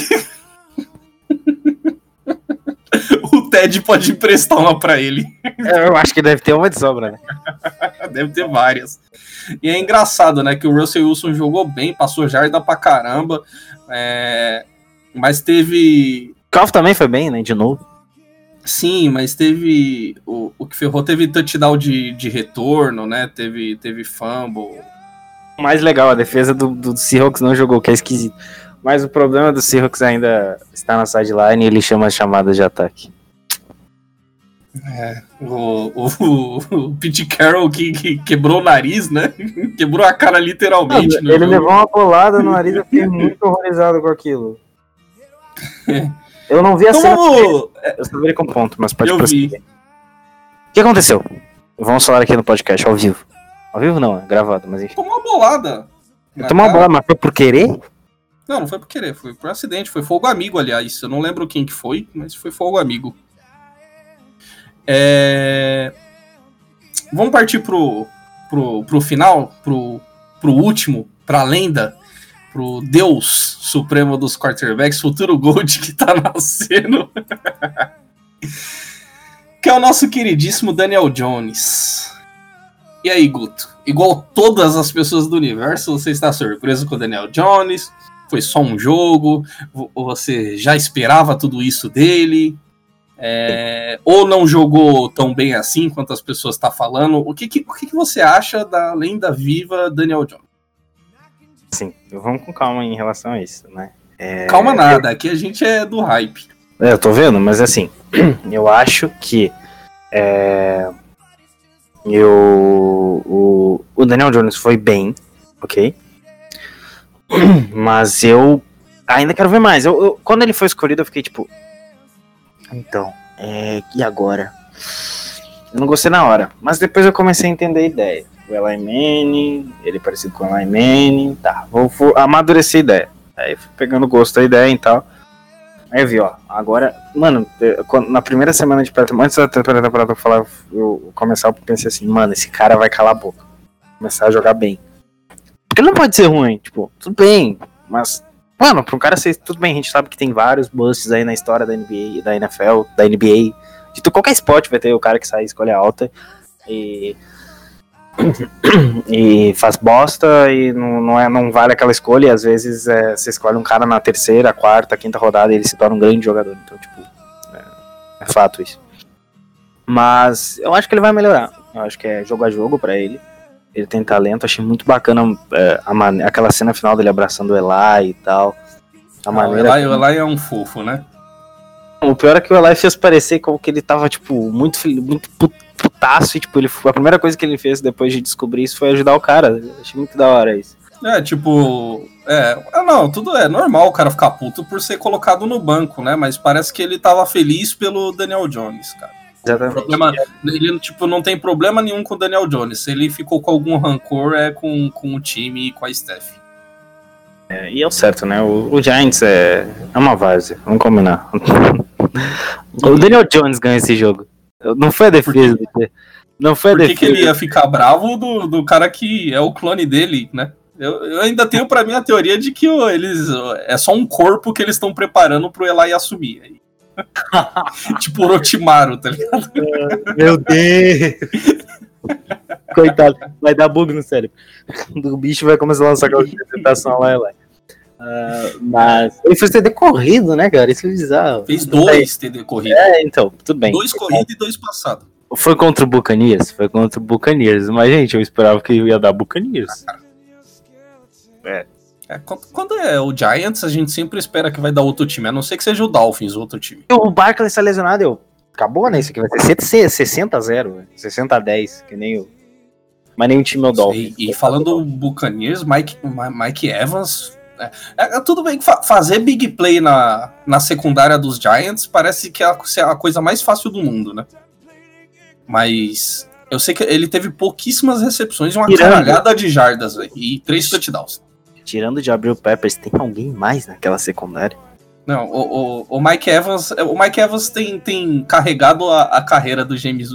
O Ted pode emprestar uma pra ele. Eu acho que deve ter uma de sobra, né? Deve ter várias. E é engraçado, né, que o Russell Wilson jogou bem, passou jarda pra caramba, é... mas teve... O Goff também foi bem, né, de novo. Sim, mas teve... O, o que ferrou teve touchdown de, de retorno, né, teve, teve fumble. O mais legal, a defesa do, do Seahawks não jogou, que é esquisito. Mas o problema do Seahawks ainda está na sideline e ele chama as chamadas de ataque. É, o, o, o Pete Carroll que, que quebrou o nariz, né? Quebrou a cara literalmente. Não, ele jogo. Levou uma bolada no nariz, eu fiquei muito horrorizado com aquilo. Eu não vi a então, cena. Vamos... Eu só vi com ponto, mas pode eu prosseguir. Vi. O que aconteceu? Vamos falar aqui no podcast, ao vivo. Ao vivo não, é gravado, mas enfim. Tomou uma bolada. Tomou uma bolada, mas foi por querer? Não, não foi por querer, foi por acidente, foi fogo amigo, aliás. Eu não lembro quem que foi, mas foi fogo amigo. É... Vamos partir pro, pro, pro final, pro, pro último, pra lenda, pro Deus Supremo dos quarterbacks, futuro Gold que tá nascendo. Que é o nosso queridíssimo Daniel Jones. E aí, Guto? Igual todas as pessoas do universo, você está surpreso com o Daniel Jones? Foi só um jogo? Você já esperava tudo isso dele? É, ou não jogou tão bem assim quanto as pessoas estão falando? O que, que, o que, que você acha da lenda viva Daniel Jones? Sim, vamos com calma em relação a isso, né? É... Calma nada, aqui a gente é do hype. É, eu tô vendo, mas assim, eu acho que é, eu, o, o Daniel Jones foi bem, ok? Mas eu ainda quero ver mais. Eu, eu, quando ele foi escolhido, eu fiquei tipo... Então, é, e agora? Eu não gostei na hora. Mas depois eu comecei a entender a ideia. O Eli Manning, ele é parecido com o Eli Manning. Tá, vou, vou amadurecer a ideia. Aí fui pegando gosto da ideia e tal. Aí eu vi, ó, agora... Mano, na primeira semana de pré-temporada, antes da pré-temporada eu, falar, eu começar, eu pensei assim, mano, esse cara vai calar a boca. Começar a jogar bem. Porque ele não pode ser ruim, tipo, tudo bem, mas, mano, pra um cara ser, tudo bem, a gente sabe que tem vários busts aí na história da N B A, da N F L, da N B A, de qualquer esporte vai ter o cara que sai e escolhe alta, e, e faz bosta, e não, não, é, não vale aquela escolha, e às vezes é, você escolhe um cara na terceira, quarta, quinta rodada, e ele se torna um grande jogador, então, tipo, é, é fato isso. Mas, eu acho que ele vai melhorar, eu acho que é jogo a jogo pra ele. Ele tem talento, achei muito bacana é, a man... aquela cena final dele abraçando o Eli e tal. A ah, maneira o, Eli, que... o Eli é um fofo, né? O pior é que o Eli fez parecer como que ele tava, tipo, muito, muito putaço. E, tipo, ele... a primeira coisa que ele fez depois de descobrir isso foi ajudar o cara. Achei muito da hora isso. É, tipo... É, não, tudo é normal o cara ficar puto por ser colocado no banco, né? Mas parece que ele tava feliz pelo Daniel Jones, cara. Exatamente. Problema, ele tipo, não tem problema nenhum com o Daniel Jones. Se ele ficou com algum rancor, é com, com o time e com a Steph. É, e é o certo, né? O, o Giants é, é uma várzea, vamos combinar. O Daniel Jones ganha esse jogo. Não foi a defesa. Não foi a Por que, defesa. que ele ia ficar bravo do, do cara que é o clone dele, né? Eu, eu ainda tenho pra mim a teoria de que ó, eles é só um corpo que eles estão preparando pro Eli assumir. Tipo o Orochimaru, tá ligado? Meu Deus! Coitado, vai dar bug no cérebro. O bicho vai começar a lançar aquela apresentação lá e lá. Uh, mas ele fez T D corrido, né, cara? Isso é bizarro. Fez dois T D corrido. É, então, tudo bem. Dois corridos e dois passados. Foi contra o Buccaneers? Foi contra o Buccaneers. Mas, gente, eu esperava que ia dar Buccaneers. É. É, quando é o Giants, a gente sempre espera que vai dar outro time, a não ser que seja o Dolphins, outro time. O Barkley está lesionado, eu... acabou, né? Isso aqui vai ser sessenta a zero, sessenta a dez, que nem o... Mas nenhum time é o Dolphins. E, e falando do Buccaneers, Mike, Mike Evans... É, é, tudo bem que fa- fazer big play na, na secundária dos Giants parece que é a, é a coisa mais fácil do mundo, né? Mas eu sei que ele teve pouquíssimas recepções e uma Tirando. caralhada de jardas, véio, e três touchdowns. Tirando de Jabril Peppers, tem alguém mais naquela secundária? Não, o, o, o Mike Evans, o Mike Evans tem, tem carregado a, a carreira do James.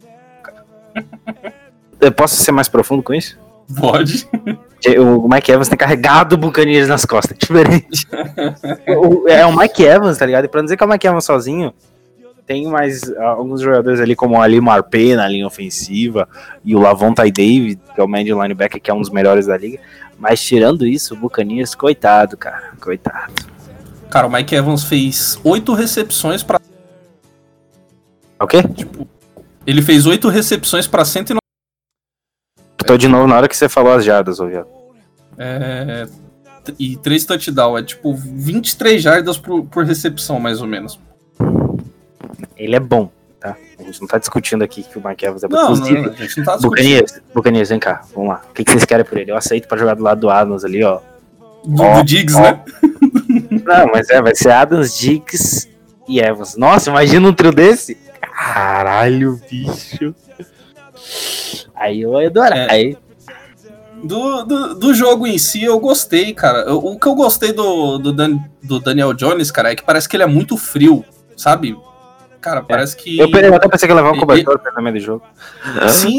Eu posso ser mais profundo com isso? Pode. O Mike Evans tem carregado o Buccaneers nas costas, é diferente. o, é o Mike Evans, tá ligado? E pra não dizer que é o Mike Evans sozinho, tem mais uh, alguns jogadores ali, como o Ali Marpé na linha ofensiva, e o Lavonte David, que é o médio linebacker, que é um dos melhores da liga. Mas tirando isso, o Buccaneers, coitado, cara, coitado. Cara, o Mike Evans fez oito recepções pra... O quê? Tipo, ele fez oito recepções pra cento e noventa. Tô de novo na hora que você falou as jardas, ô viado. É, e três touchdowns, é tipo vinte e três jardas por, por recepção, mais ou menos. Ele é bom, tá? A gente não tá discutindo aqui que o Mike Evans é bom. Não, não, a gente não tá discutindo. Buccaneers, Buccaneers, vem cá, vamos lá. O que, que vocês querem por ele? Eu aceito pra jogar do lado do Adams ali, ó. Do, ó, do Diggs, ó. né? Não, mas é, vai ser Adams, Diggs e Evans. Nossa, imagina um trio desse. Caralho, bicho. Aí eu ia adorar. É. Aí... Do, do, do jogo em si, eu gostei, cara. Eu, o que eu gostei do, do, Dan, do Daniel Jones, cara, é que parece que ele é muito frio, sabe? Cara, parece que... Eu, eu até pensei que ia levar um E- cobertor no meio do jogo. Sim.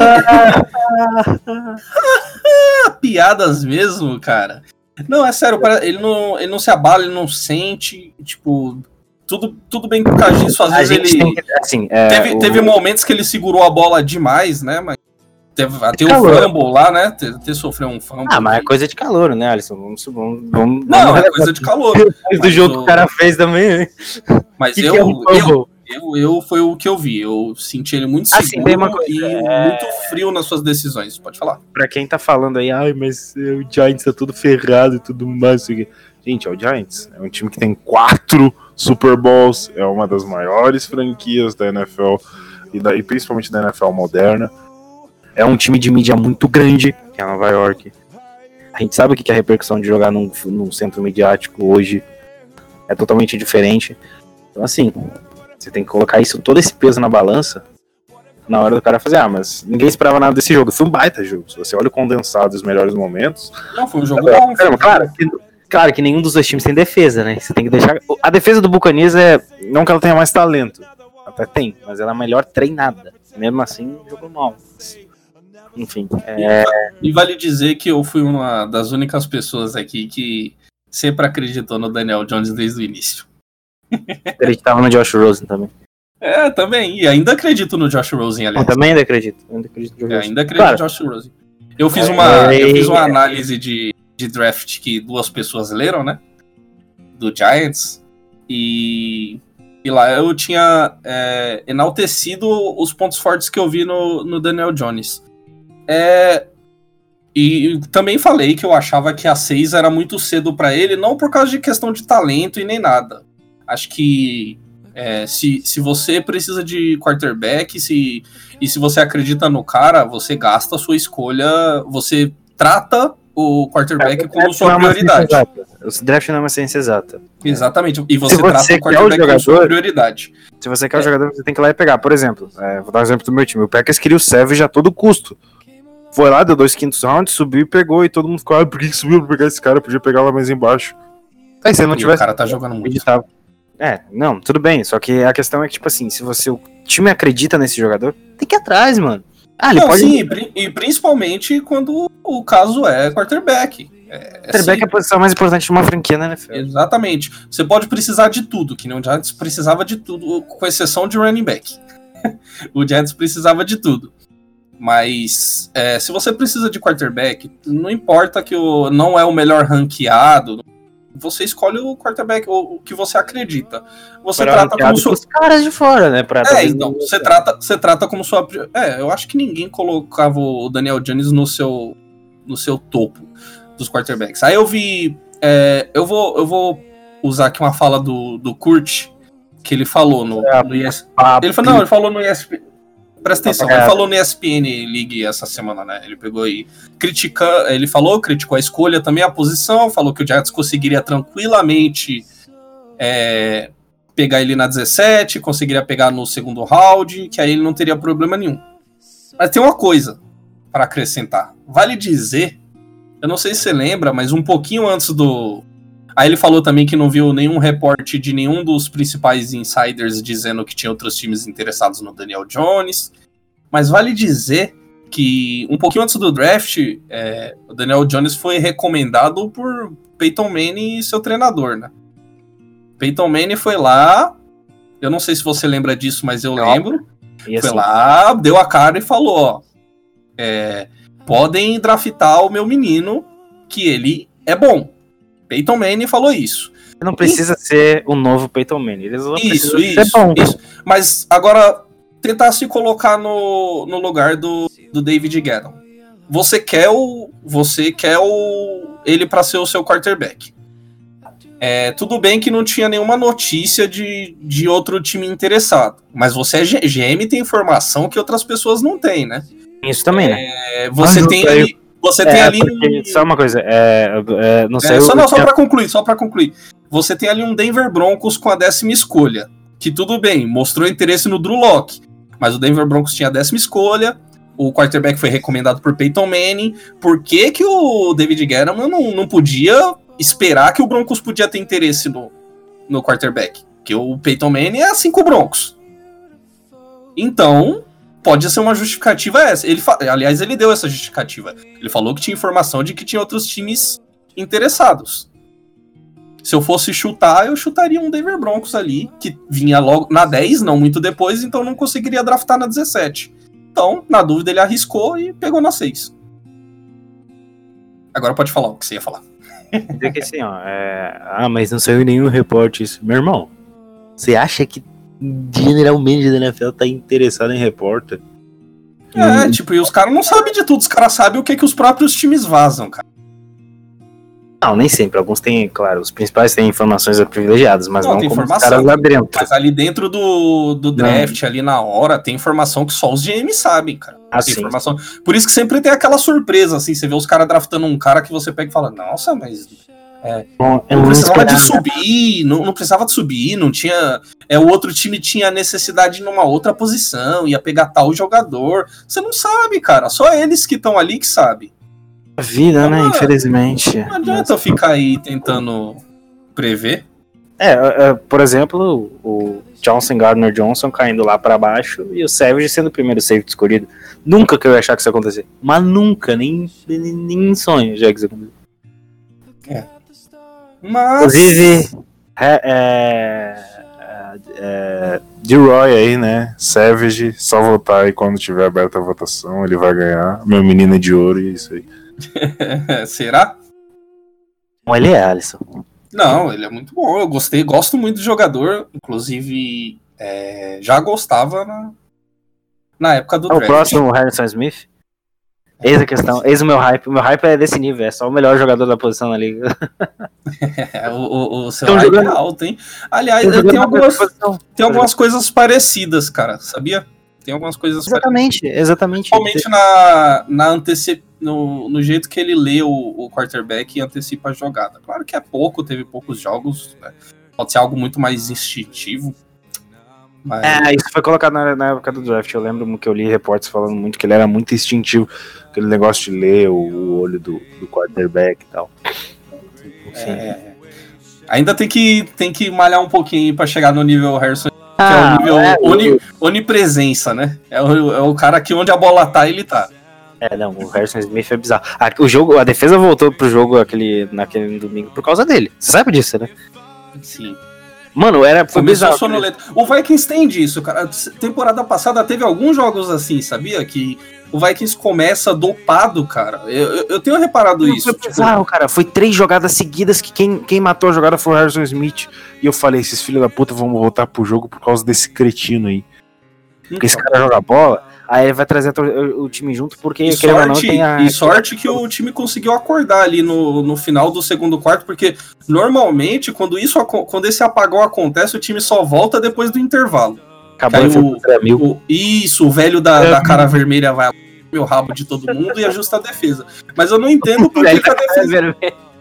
Piadas mesmo, cara. Não, é sério, pare- ele não, ele não se abala, ele não sente, tipo... Tudo, tudo bem com o Cagisso, às A vezes gente ele... tem que, assim, é, Teve, o- teve momentos que ele segurou a bola demais, né? Mas teve até o calor. fumble lá, né? Ter, ter sofreu um fumble. Ah, mas é coisa de calor, né, Alisson? Vamos, vamos, vamos, Não, vamos é coisa de calor. do Mas jogo o- que o cara fez também, hein? Mas Que eu, que é um eu, fumble? eu, eu foi o que eu vi. Eu senti ele muito Assim, seguro tem uma coisa, e é- muito frio nas suas decisões. Pode falar. Pra quem tá falando aí, ai, mas é, o Giants tá todo ferrado e tudo mais. Isso aqui. Gente, é o Giants. É um time que tem quatro Super Bowls. É uma das maiores franquias da N F L e, da, e principalmente da N F L moderna. É um time de mídia muito grande, que é Nova York. A gente sabe o que é a repercussão de jogar num, num centro midiático hoje. É totalmente diferente. Então, assim, você tem que colocar isso, todo esse peso na balança na hora do cara fazer, ah, mas ninguém esperava nada desse jogo. Foi um baita jogo. Se você olha o condensado dos melhores momentos, Não, foi um jogo bom. Caramba, claro, que, claro que nenhum dos dois times tem defesa, né? Você tem que deixar. A defesa do Buccaneers é. Não que ela tenha mais talento. Até tem, mas ela é melhor treinada. Mesmo assim, jogou mal. Enfim. É... E vale dizer que eu fui uma das únicas pessoas aqui que sempre acreditou no Daniel Jones desde o início. Acreditava no Josh Rosen também. É, também. E ainda acredito no Josh Rosen, Eu aliás. também ainda acredito. Ainda acredito no É, Josh Rosen. ainda acredito Claro. no Josh Rosen. Eu fiz uma, É, eu fiz uma é. análise de, de draft que duas pessoas leram, né? Do Giants. E, e lá eu tinha é, enaltecido os pontos fortes que eu vi no, no Daniel Jones. É, e também falei que eu achava que a seis era muito cedo pra ele, não por causa de questão de talento e nem nada. Acho que é, se, se você precisa de quarterback se, e se você acredita no cara, você gasta a sua escolha, você trata o quarterback como sua prioridade. O draft não é uma ciência exata. Exatamente. E você, Se trata você o quer o quarterback como sua jogador- prioridade. Se você quer o jogador, você tem que ir lá e pegar. Por exemplo, é, vou dar um exemplo do meu time. O Packers queria o Savage a todo custo. Foi lá, deu dois quintos rounds, subiu e pegou. E todo mundo ficou, ah, por que que subiu pra pegar esse cara? Podia pegar lá mais embaixo. Aí se ele não E tivesse... o cara tá jogando muito. acreditava. É, não, tudo bem. Só que a questão é que, tipo assim, se você, o time acredita nesse jogador, tem que ir atrás, mano. Ah, ele Não, pode... sim, e pri- e principalmente quando o caso é quarterback. É, é quarterback é a simples. posição mais importante de uma franquia na N F L. Exatamente. Você pode precisar de tudo, que nem o Giants precisava de tudo, com exceção de running back. O Giants precisava de tudo. Mas é, se você precisa de quarterback, não importa que o, não é o melhor ranqueado, você escolhe o quarterback, o, o que você acredita. Você Melhor trata como ranqueado sua... pros caras de fora, né? Pra, É, talvez então, não- você trata, você trata como sua... pri- É, eu acho que ninguém colocava o Daniel Jones no seu, no seu topo dos quarterbacks. Aí eu vi... é, eu, vou, eu vou usar aqui uma fala do, do Kurt, que ele falou no, É, no E S... Ah, Ele falou, não, ele falou no E S P... Presta atenção, ele falou no E S P N League essa semana, né? Ele pegou e criticando, ele falou, criticou a escolha também, a posição, falou que o Giants conseguiria tranquilamente é, pegar ele na dezessete, conseguiria pegar no segundo round, que aí ele não teria problema nenhum. Mas tem uma coisa para acrescentar. Vale dizer, eu não sei se você lembra, mas um pouquinho antes do... Aí ele falou também que não viu nenhum reporte de nenhum dos principais insiders dizendo que tinha outros times interessados no Daniel Jones. Mas vale dizer que um pouquinho antes do draft, é, o Daniel Jones foi recomendado por Peyton Manning e seu treinador, né? Peyton Manning foi lá, eu não sei se você lembra disso, mas eu lembro. E assim, foi lá, deu a cara e falou, ó, é, podem draftar o meu menino, que ele é bom. Peyton Manning falou isso. Não precisa e... ser o novo Peyton Manning. Eles não isso, isso, ser bom. Isso. Mas agora, tentar se colocar no, no lugar do, do David Guettin. Você quer o, você quer o, ele para ser o seu quarterback. É, tudo bem que não tinha nenhuma notícia de, de outro time interessado. Mas você é G M e tem informação que outras pessoas não têm, né? Isso também, é, né? Você Mas tem ali... Você é, tem ali um... Só uma coisa, é, é, não sei... É, só eu... não, só pra concluir, só pra concluir. Você tem ali um Denver Broncos com a décima escolha, que tudo bem, mostrou interesse no Drew Lock, mas o Denver Broncos tinha a décima escolha, o quarterback foi recomendado por Peyton Manning, por que que o David Guettin não, não podia esperar que o Broncos podia ter interesse no, no quarterback? Porque o Peyton Manning é assim com o Broncos. Então... pode ser uma justificativa essa. Ele fa... Aliás, ele deu essa justificativa. Ele falou que tinha informação de que tinha outros times interessados. Se eu fosse chutar, eu chutaria um Denver Broncos ali, que vinha logo na dez, não muito depois, então não conseguiria draftar na dezessete. Então, na dúvida, ele arriscou e pegou na seis. Agora pode falar o que você ia falar. Dizer que assim, ó, é... ah, mas não saiu nenhum reporte isso. Meu irmão, você acha que General Manager da N F L tá interessado em repórter? É, hum. tipo, e os caras não sabem de tudo, os caras sabem o que, que os próprios times vazam, cara. Não, nem sempre, alguns têm, claro, os principais têm informações privilegiadas, mas não, não tem como informação, os caras lá dentro. Mas ali dentro do, do draft, não. ali na hora, tem informação que só os G M sabem, cara. Ah, tem sim. informação. Por isso que sempre tem aquela surpresa, assim, você vê os caras draftando um cara que você pega e fala, nossa, mas... É, Bom, não precisava de subir, não, não precisava de subir, não tinha. É, o outro time tinha necessidade numa outra posição, ia pegar tal jogador. Você não sabe, cara. Só eles que estão ali que sabem. A vida, então, né? Infelizmente. Não adianta Mas... ficar aí tentando prever. É, é, por exemplo, o Johnson Gardner Johnson caindo lá pra baixo e o Savage sendo o primeiro safety escolhido. Nunca que eu ia achar que isso ia acontecer. Mas nunca, nem, nem, nem em sonho já que isso ia acontecer. É. Mas... Inclusive, é, é, é, D-Roy aí, né? Savage, só votar aí quando tiver aberta a votação, ele vai ganhar. Meu menino é de ouro e é isso aí. Será? Bom, ele é, Alisson. Não, ele é muito bom. Eu gostei, gosto muito do jogador. Inclusive, é, já gostava na, na época do é draft. O próximo, Harrison Smith? Eis a questão, eis o meu hype. O meu hype é desse nível, é só o melhor jogador da posição na liga. o, o, o seu hype jogando... é alto, hein? Aliás, tem algumas, tem algumas coisas parecidas, cara, sabia? Tem algumas coisas exatamente, parecidas. Exatamente. Principalmente na, na anteci... no, no jeito que ele lê o, o quarterback e antecipa a jogada. Claro que é pouco, teve poucos jogos, né? Pode ser algo muito mais instintivo. Mas... É, isso foi colocado na, na época do draft. Eu lembro que eu li reportes falando muito que ele era muito instintivo, aquele negócio de ler o, o olho do, do quarterback e tal. Enfim. É, ainda tem que, tem que malhar um pouquinho pra chegar no nível Harrison, ah, que é o nível é, oni, onipresença, né? É o, é o cara que onde a bola tá, ele tá. É, não, o Harrison Smith é bizarro. A, o jogo, a defesa voltou pro jogo aquele, naquele domingo por causa dele. Você sabe disso, né? Sim. Mano, era foi bizarro. O Vikings tem disso, cara. Temporada passada teve alguns jogos assim, sabia? Que o Vikings começa dopado, cara. Eu, eu, eu tenho reparado não, isso. Foi bizarro, tipo... cara. Foi três jogadas seguidas que quem, quem matou a jogada foi o Harrison Smith. E eu falei, esses filhos da puta vão voltar pro jogo por causa desse cretino aí. Porque então. Esse cara joga bola, aí ele vai trazer o, o time junto, porque e sorte, não, tem a... e sorte que o time conseguiu acordar ali no, no final do segundo quarto, porque normalmente quando, isso, quando esse apagão acontece, o time só volta depois do intervalo. Acabou Aí de o, ser mil. o- Isso, o velho da, da cara vermelha vai lá, meu rabo de todo mundo e ajusta a defesa. Mas eu não entendo por que, que a defesa.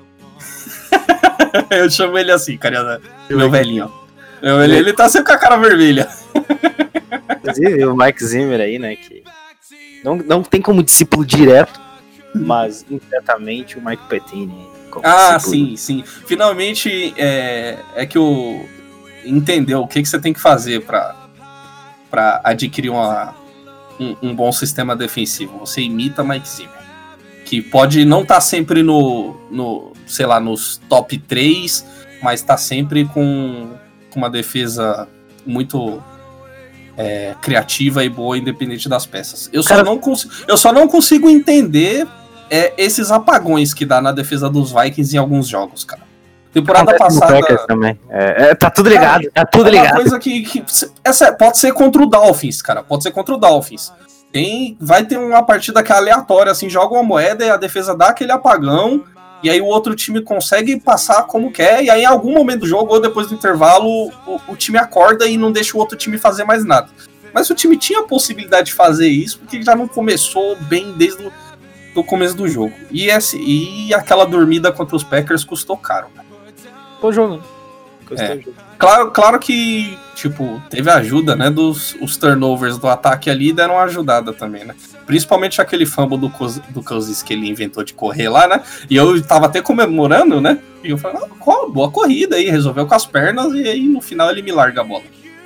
Eu chamo ele assim, cara, meu velhinho. Eu- Ele, ele tá sempre com a cara vermelha. Inclusive, o Mike Zimmer aí, né, que não, não tem como discípulo direto, mas indiretamente o Mike Pettine. como Ah, discípulo. sim, sim. Finalmente é, é que o entendeu o que, que você tem que fazer pra, pra adquirir uma, um, um bom sistema defensivo. Você imita Mike Zimmer. Que pode não estar sempre no, no, sei lá, nos top três, mas tá sempre com, com uma defesa muito é, criativa e boa, independente das peças. Eu, Cara- só, não consigo, eu só não consigo entender é, esses apagões que dá na defesa dos Vikings em alguns jogos, cara. Temporada Acontece no passada. Packers também. É, é, tá tudo ligado, tá tudo É uma ligado. coisa que, que essa pode ser contra o Dolphins, cara. Pode ser contra o Dolphins. Tem, vai ter uma partida que é aleatória, assim, joga uma moeda e a defesa dá aquele apagão, e aí o outro time consegue passar como quer, e aí em algum momento do jogo, ou depois do intervalo, o, o time acorda e não deixa o outro time fazer mais nada. Mas o time tinha a possibilidade de fazer isso, porque já não começou bem desde o do começo do jogo. E, esse, e aquela dormida contra os Packers custou caro. Tô jogando. Gostei É. do jogo. Claro, claro que, tipo, teve a ajuda, né, dos os turnovers do ataque ali, deram uma ajudada também, né? Principalmente aquele fumble do, Coz- do Cousins que ele inventou de correr lá, né? E eu tava até comemorando, né? E eu falei, ah, qual, boa corrida aí, resolveu com as pernas e aí no final ele me larga a bola.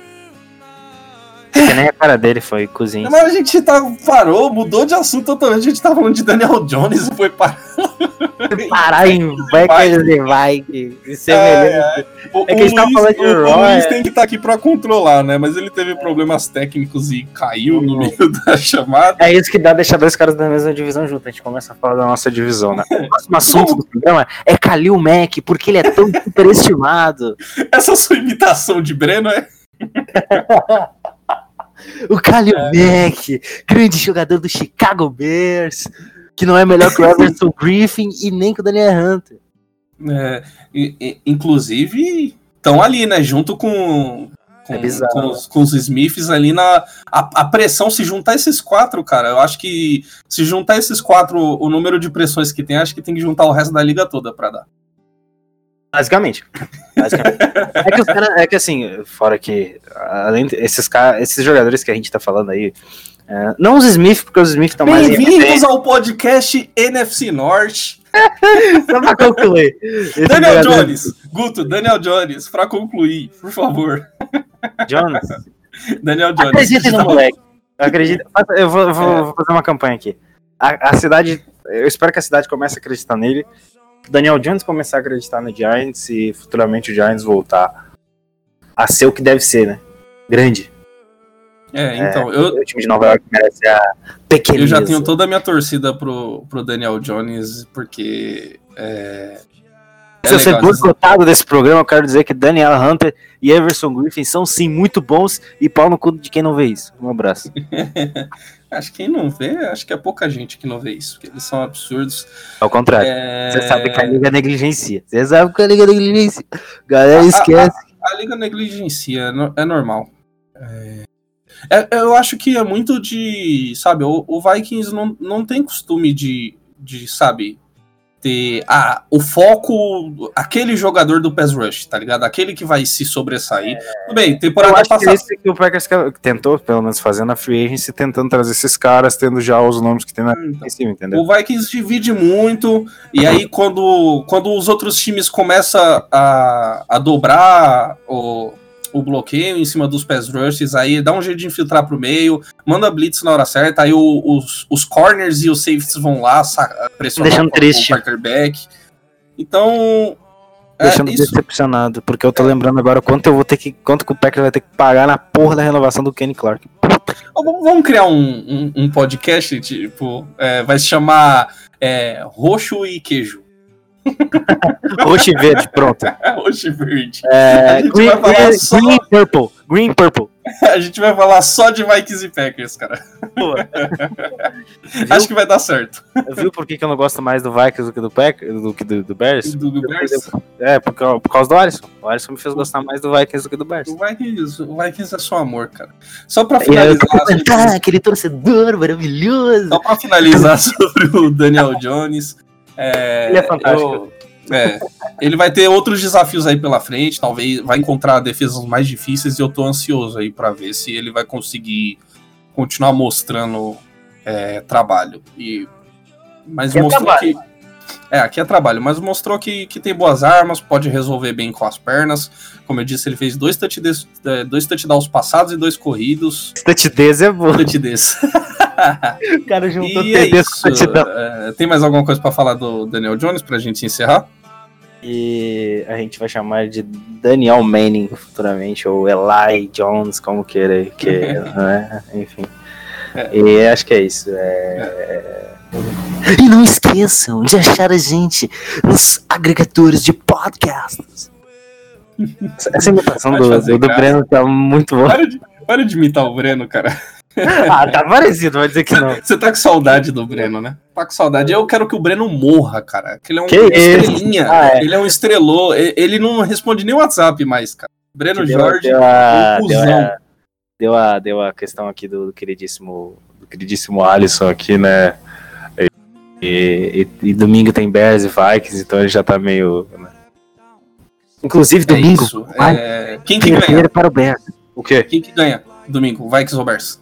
Que nem a cara dele foi cozinha. Mas a gente tá, parou, mudou de assunto totalmente, a gente tá falando de Daniel Jones e foi parar. Parar em Packers e Vikings. Isso é melhor. O, É que a gente o tá Luiz, falando de o, o Roy, Luiz é. tem que estar aqui pra controlar, né? Mas ele teve problemas técnicos e caiu no meio da chamada. É isso que dá deixar dois caras da mesma divisão junto. A gente começa a falar da nossa divisão, né? O próximo assunto do programa é Khalil Mack, porque ele é tão superestimado. Essa sua imitação de Breno é. O Khalil Mack, grande jogador do Chicago Bears, que não é melhor que o Everson Griffin e nem que o Daniel Hunter. é e- e- inclusive, estão ali, né? Junto com. Com, É bizarro, com os, com os Smiths ali na. A, a pressão, se juntar esses quatro, cara, eu acho que se juntar esses quatro, o número de pressões que tem, acho que tem que juntar o resto da liga toda pra dar. Basicamente. Basicamente. É que os caras, é que assim, fora que, além desses caras, esses jogadores que a gente tá falando aí, é, não os Smith, porque os Smith estão mais em Bem-vindos ao podcast N F C Norte. Só pra concluir. Esse Daniel jogador- Jones, Guto, Daniel Jones, pra concluir, por favor. Jones. Daniel Jones. Acreditem no moleque. Acredita. Eu vou, vou- vou fazer uma campanha aqui. A, a cidade. Eu espero que a cidade comece a acreditar nele. Daniel Jones começar a acreditar no Giants e futuramente o Giants voltar a ser o que deve ser, né? Grande. É, então, eu, O time de Nova York merece a pequeneza. eu já tenho toda a minha torcida pro, pro Daniel Jones, porque. É, é Se eu ser legal, boicotado desse programa, eu quero dizer que Daniel Hunter e Everson Griffin são sim muito bons e pau no cu de quem não vê isso. Um abraço. Acho que quem não vê, acho que é pouca gente que não vê isso, porque eles são absurdos. Ao contrário. É, Você sabe que a liga negligencia. Você sabe que a liga negligencia. Galera, A- a- esquece. A liga negligencia, é no- é normal. É, é- eu acho que é muito de. Sabe, o, o Vikings não, não tem costume de, de, sabe, ter ah, o foco, aquele jogador do pass rush, tá ligado? Aquele que vai se sobressair. Tudo bem, Eu temporada acho que é passada. isso que o Packers que- tentou, pelo menos, fazer na free agency, tentando trazer esses caras, tendo já os nomes que tem na Então, em cima, entendeu? O Vikings divide muito, e aí quando, quando os outros times começam a, a dobrar o, o bloqueio em cima dos pass rushes, aí dá um jeito de infiltrar pro meio, manda blitz na hora certa, aí o- os, os corners e os safeties vão lá sa- pressionar Deixando o, triste. o quarterback. Então, é, Deixando isso, decepcionado, porque eu tô lembrando agora quanto eu vou ter que. Quanto que o Packers vai ter que pagar na porra da renovação do Kenny Clark. vamos vamos criar um, um, um podcast, tipo, é, vai se chamar é, Roxo e Queijo. Roxo e verde, pronto. Roxo e verde. É, A gente green, vai falar green, só- green Purple. Green Purple. A gente vai falar só de Vikings e Packers, cara. Pô, Acho que vai dar certo. viu por que, que eu não gosto mais do Vikings do que do Packers, do que do, do Bears? Do, do Bears. É, por, cau- por causa do Alisson. O Alisson me fez gostar mais do Vikings do que do Bears. O Vikings, o Vikings é só amor, cara. Só pra E aí eu finalizar, quero cantar aquele torcedor maravilhoso. só pra finalizar sobre o Daniel Jones. É, Ele é fantástico. eu- é, ele vai ter outros desafios aí pela frente, talvez vai encontrar defesas mais difíceis e eu tô ansioso aí pra ver se ele vai conseguir continuar mostrando é, trabalho. E, mas Aqui é mostrou trabalho. que. É, aqui é trabalho, mas mostrou que, que tem boas armas, pode resolver bem com as pernas. Como eu disse, ele fez dois touchdowns, é, dois touchdowns passados e dois corridos. Touchdowns é bom. Touchdowns. O cara juntou E é T Ds isso. com touchdown. É, tem mais alguma coisa pra falar do Daniel Jones pra gente encerrar? E a gente vai chamar de Daniel Manning futuramente, ou Eli Jones, como queira, que, né? Enfim. É. E acho que é isso. É... E não esqueçam de achar a gente nos agregadores de podcasts. Essa imitação Pode do, fazer do, do graça. Breno tá muito boa. Para de, para de imitar o Breno, cara. Ah, tá parecido, vai dizer que não. Você tá com saudade do Breno, né? Tá com saudade. Eu quero que o Breno morra, cara. Que ele é um Que isso? estrelinha. Ah, é. Ele é um estrelô. E- Ele não responde nem o WhatsApp mais, cara. Breno Deu- Jorge, deu a, um deu, cuzão. a, deu, a, deu a questão aqui do, do queridíssimo do queridíssimo Alisson aqui, né? E, e- e domingo tem Bears e Vikings, então ele já tá meio. Né? Inclusive, É domingo. isso. É, Quem que Tem ganha? dinheiro para o Bears. O quê? Quem que ganha? Domingo, Vikings ou Bears?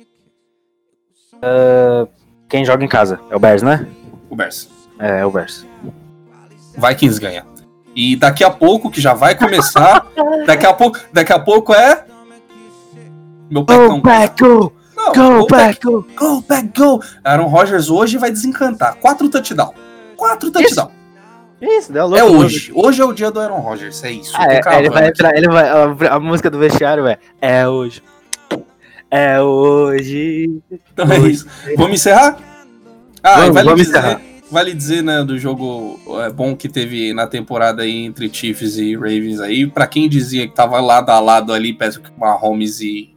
Quem joga em casa? É o Bears, né? O Bears. É, é o Bears. Vikings ganha. E daqui a pouco, que já vai começar, daqui a pouco, daqui a pouco é meu pecão. Go back, go! Não, Go go back, back, go! go back, go. Aaron Rodgers hoje vai desencantar. Quatro touchdown. Quatro touchdown. Isso, deu louco. É hoje. Hoje é o dia do Aaron Rodgers, é isso. Ah, eu é, tô ele cravando vai aqui. entrar, ele vai. A, a música do vestiário é. É hoje. É hoje. Então é isso. Vamos encerrar? Ah, Vamos, e vale vamos dizer, encerrar. vale dizer, né, do jogo é, bom que teve na temporada aí entre Chiefs e Ravens aí. Pra quem dizia que tava lado a lado ali, perto com Mahomes e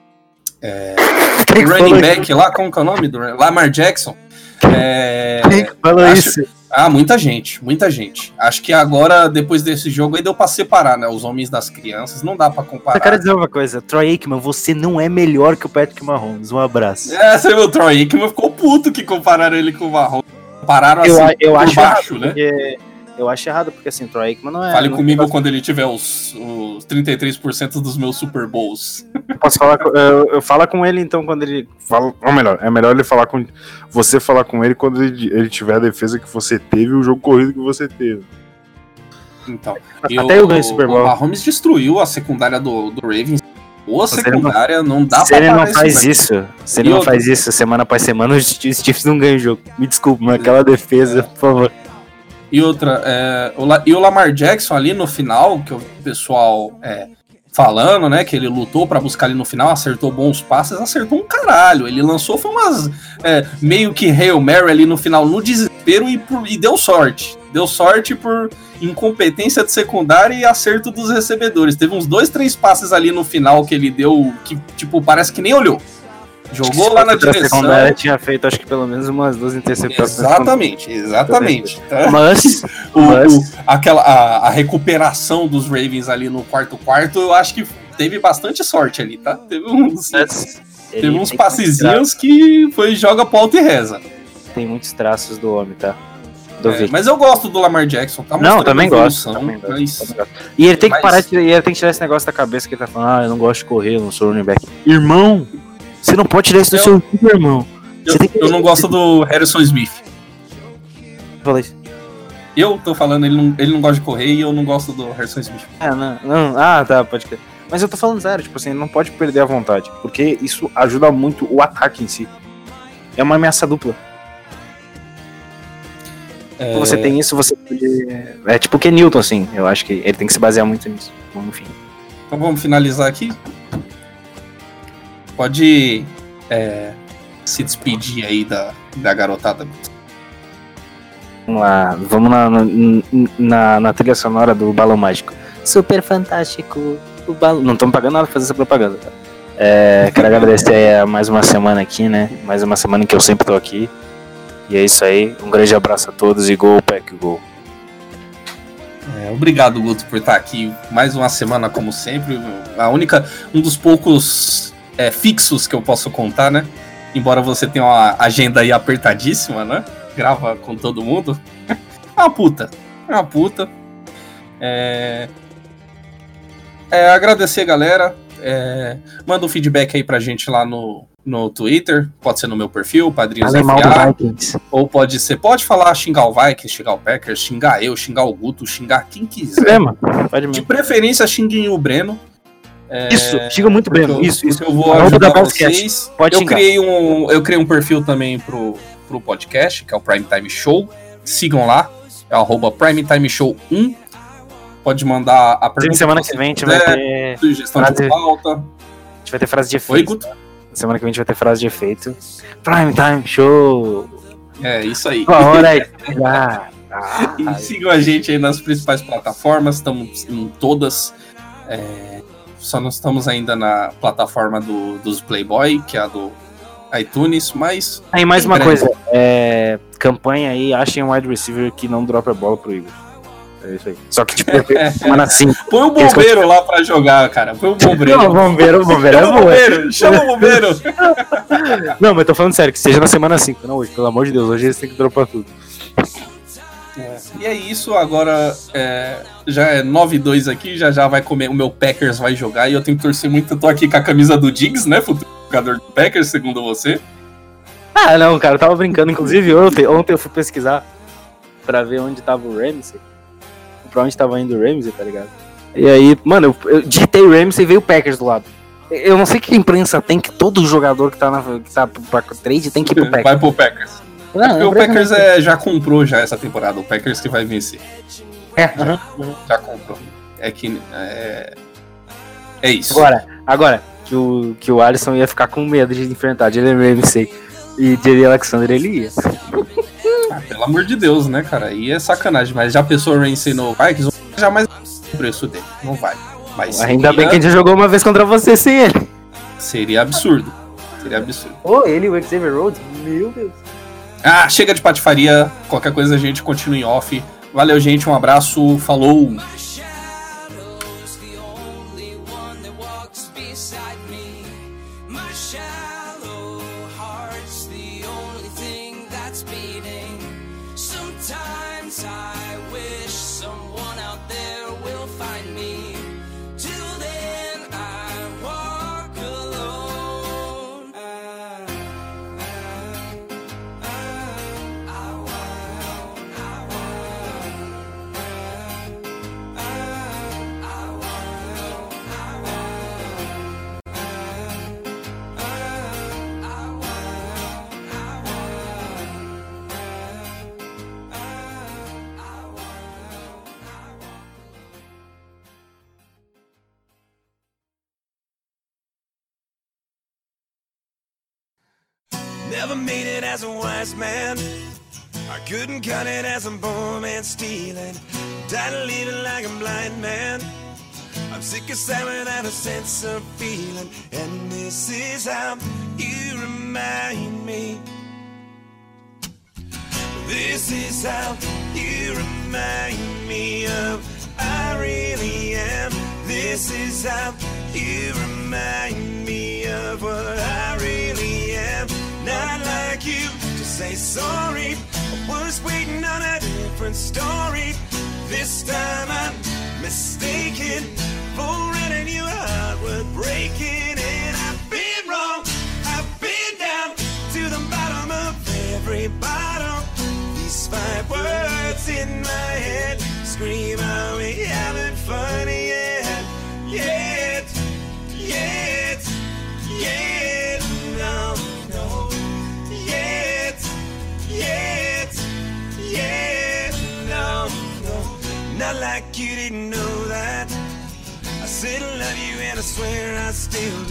Quem o que running falou back lá, como que é o nome? Do Lamar Jackson. É, Quem que falou acho- isso? Ah, muita gente, muita gente. Acho que agora, depois desse jogo aí, deu pra separar, né? Os homens das crianças. Não dá pra comparar. Eu quero dizer uma coisa, Troy Aikman, você não é melhor que o Patrick Mahomes. Um abraço. É, você viu o Troy Aikman ficou puto que compararam ele com o Mahomes. Compararam assim, Eu, eu por acho baixo, errado, né? porque, eu acho errado, porque assim, Troy Aikman não é... Fale não comigo posso, quando ele tiver os, os trinta e três por cento dos meus Super Bowls. posso falar com, eu, eu falo com ele então quando ele... Fala, ou melhor, é melhor ele falar com você falar com ele quando ele, ele tiver a defesa que você teve e o jogo corrido que você teve. Então, Até eu ganho Super Bowl. O Mahomes destruiu a secundária do, do Ravens. Boa Se ele secundária, não, dá Se pra ele não parar faz velho. isso, se ele E não outra- faz isso semana após semana, os Chiefs não ganham o jogo. Me desculpa, mas aquela defesa, por favor. E outra, é, o La- e o Lamar Jackson ali no final, que o pessoal é, falando, né, que ele lutou pra buscar ali no final, acertou bons passes, acertou um caralho. Ele lançou, foi umas é, meio que Hail Mary ali no final, no desespero, e, por- e deu sorte. Deu sorte por incompetência de secundária e acerto dos recebedores. Teve uns dois, três passes ali no final que ele deu, que, tipo, parece que nem olhou. Jogou lá na A direção. secundária tinha feito, acho que pelo menos umas duas interceptações. Exatamente, exatamente. Tá? Mas, O- mas o- aquela, a, a recuperação dos Ravens ali no quarto quarto, eu acho que teve bastante sorte ali, tá? Teve uns, mas teve ele uns tem passezinhos que foi joga pro alto e reza. muitos tra- Tem muitos traços do homem, tá? Do É, Vic. mas eu gosto do Lamar Jackson, tá Não, mostrando também gosto, evolução, também gosto, mas- também gosto. E ele tem que mas- parar de, e ele tem que tirar esse negócio da cabeça que ele tá falando, ah, eu não gosto de correr, eu não sou running back. Irmão, você não pode tirar isso do Eu- seu filho, irmão. eu, Você tem que- eu não gosto do Harrison Smith. Fala isso. Eu tô falando, ele não, ele não gosta de correr e eu não gosto do Harrison Smith. Ah, não, não. Ah, tá, pode crer. Mas eu tô falando sério, tipo assim, não pode perder a vontade, porque isso ajuda muito o ataque em si. É uma ameaça dupla. Quando você tem isso, você pode... É tipo o Kenilton, assim, eu acho que ele tem que se basear muito nisso. Bom, enfim. Então vamos finalizar aqui. Pode é, se despedir aí da, da garotada. Vamos lá, vamos na, na, na trilha sonora do Balão Mágico. Super fantástico. O balão. Não estamos pagando nada pra fazer essa propaganda, tá? É, quero agradecer a mais uma semana aqui, né? Mais uma semana em que eu sempre tô aqui. E é isso aí. Um grande abraço a todos e gol, pack, gol. É, obrigado, Guto, por estar aqui mais uma semana, como sempre. A única, um dos poucos é, fixos que eu posso contar, né? Embora você tenha uma agenda aí apertadíssima, né? Grava com todo mundo. É uma puta. É uma puta. É... É, agradecer, galera. É... Manda um feedback aí pra gente lá no, no Twitter. Pode ser no meu perfil, Padrinhos F A. Ou pode ser, pode falar, xingar o Vikings, xingar o Packers, xingar eu, xingar o Guto, xingar quem quiser. É, mano. Pode De preferência, xinguem o Breno. É... Isso, xinga muito o Breno. Eu, isso, isso. Eu vou Arroba ajudar da vocês. Pode eu xingar. criei um, eu criei um perfil também pro, pro podcast, que é o Prime Time Show. Sigam lá. É o arroba Prime Time Show um. Pode mandar a pergunta. Semana que vem a gente vai ter sugestão frase... de pauta. A gente vai ter frase de efeito. Oi, Guto? Semana que vem a gente vai ter frase de efeito. Prime Time Show. É, isso aí. Uma hora aí. Ah, ah, e sigam a gente aí nas principais plataformas. Estamos em todas. É, só não estamos ainda na plataforma do, dos Playboy, que é a do iTunes, mas... Aí mais uma breve. coisa. É, campanha aí, achem um wide receiver que não dropa a bola pro Igor. É isso aí. Só que, tipo, semana cinco. Põe um bombeiro lá pra jogar, cara. Põe um bombeiro. Não, bombeiro, o bombeiro é chama bom. Bombeiro, chama o bombeiro. Não, mas eu tô falando sério, que seja na semana cinco, não hoje. Pelo amor de Deus, hoje eles têm que dropar tudo. É. E é isso, agora é, já é nove e dois aqui, já já vai comer, o meu Packers vai jogar e eu tenho que torcer muito. Eu tô aqui com a camisa do Diggs, né? Futuro jogador do Packers, segundo você. Ah, não, cara, eu tava brincando. Inclusive, ontem, ontem eu fui pesquisar pra ver onde tava o Ramsey. Pra onde tava indo o Ramsey, tá ligado? E aí, mano, eu, eu digitei Ramsey e veio o Packers do lado. Eu não sei que imprensa tem que todo jogador que tá, na, que tá pra trade tem que ir pro Packers. Vai pro Packers. Não, é porque o Packers é, já comprou já essa temporada. O Packers que vai vencer. É, já, uh-huh. já comprou. É que... É, é isso. Agora, agora que, o, que o Alisson ia ficar com medo de enfrentar Jalen Ramsey e Jerry Alexander, ele ia. Ah, pelo amor de Deus, né, cara? Aí é sacanagem. Mas já pensou o Ramsey no Vikings? Jamais o preço dele. Não vai. Mas ainda seria... bem que a gente jogou uma vez contra você sem ele. Seria absurdo. Seria absurdo. Ô, oh, ele e o Xavier Rhodes? Meu Deus. Ah, chega de patifaria. Qualquer coisa a gente continua em off. Valeu, gente. Um abraço. Falou. Never made it as a wise man. I couldn't cut it as a poor man stealing. Died living like a blind man. I'm sick of sad without a sense of feeling. And this is how you remind me. This is how you remind me of I really am. This is how you remind me of what I really am. Not like you to say sorry. I was waiting on a different story. This time I'm mistaken for running you out, we're breaking. And I've been wrong, I've been down to the bottom of every bottle. These five words in my head scream out, we haven't fun yet, yet, yet, yet, no, no, yet, yet, yet, no, no, not like you didn't know that. I said I love you and I swear I still do.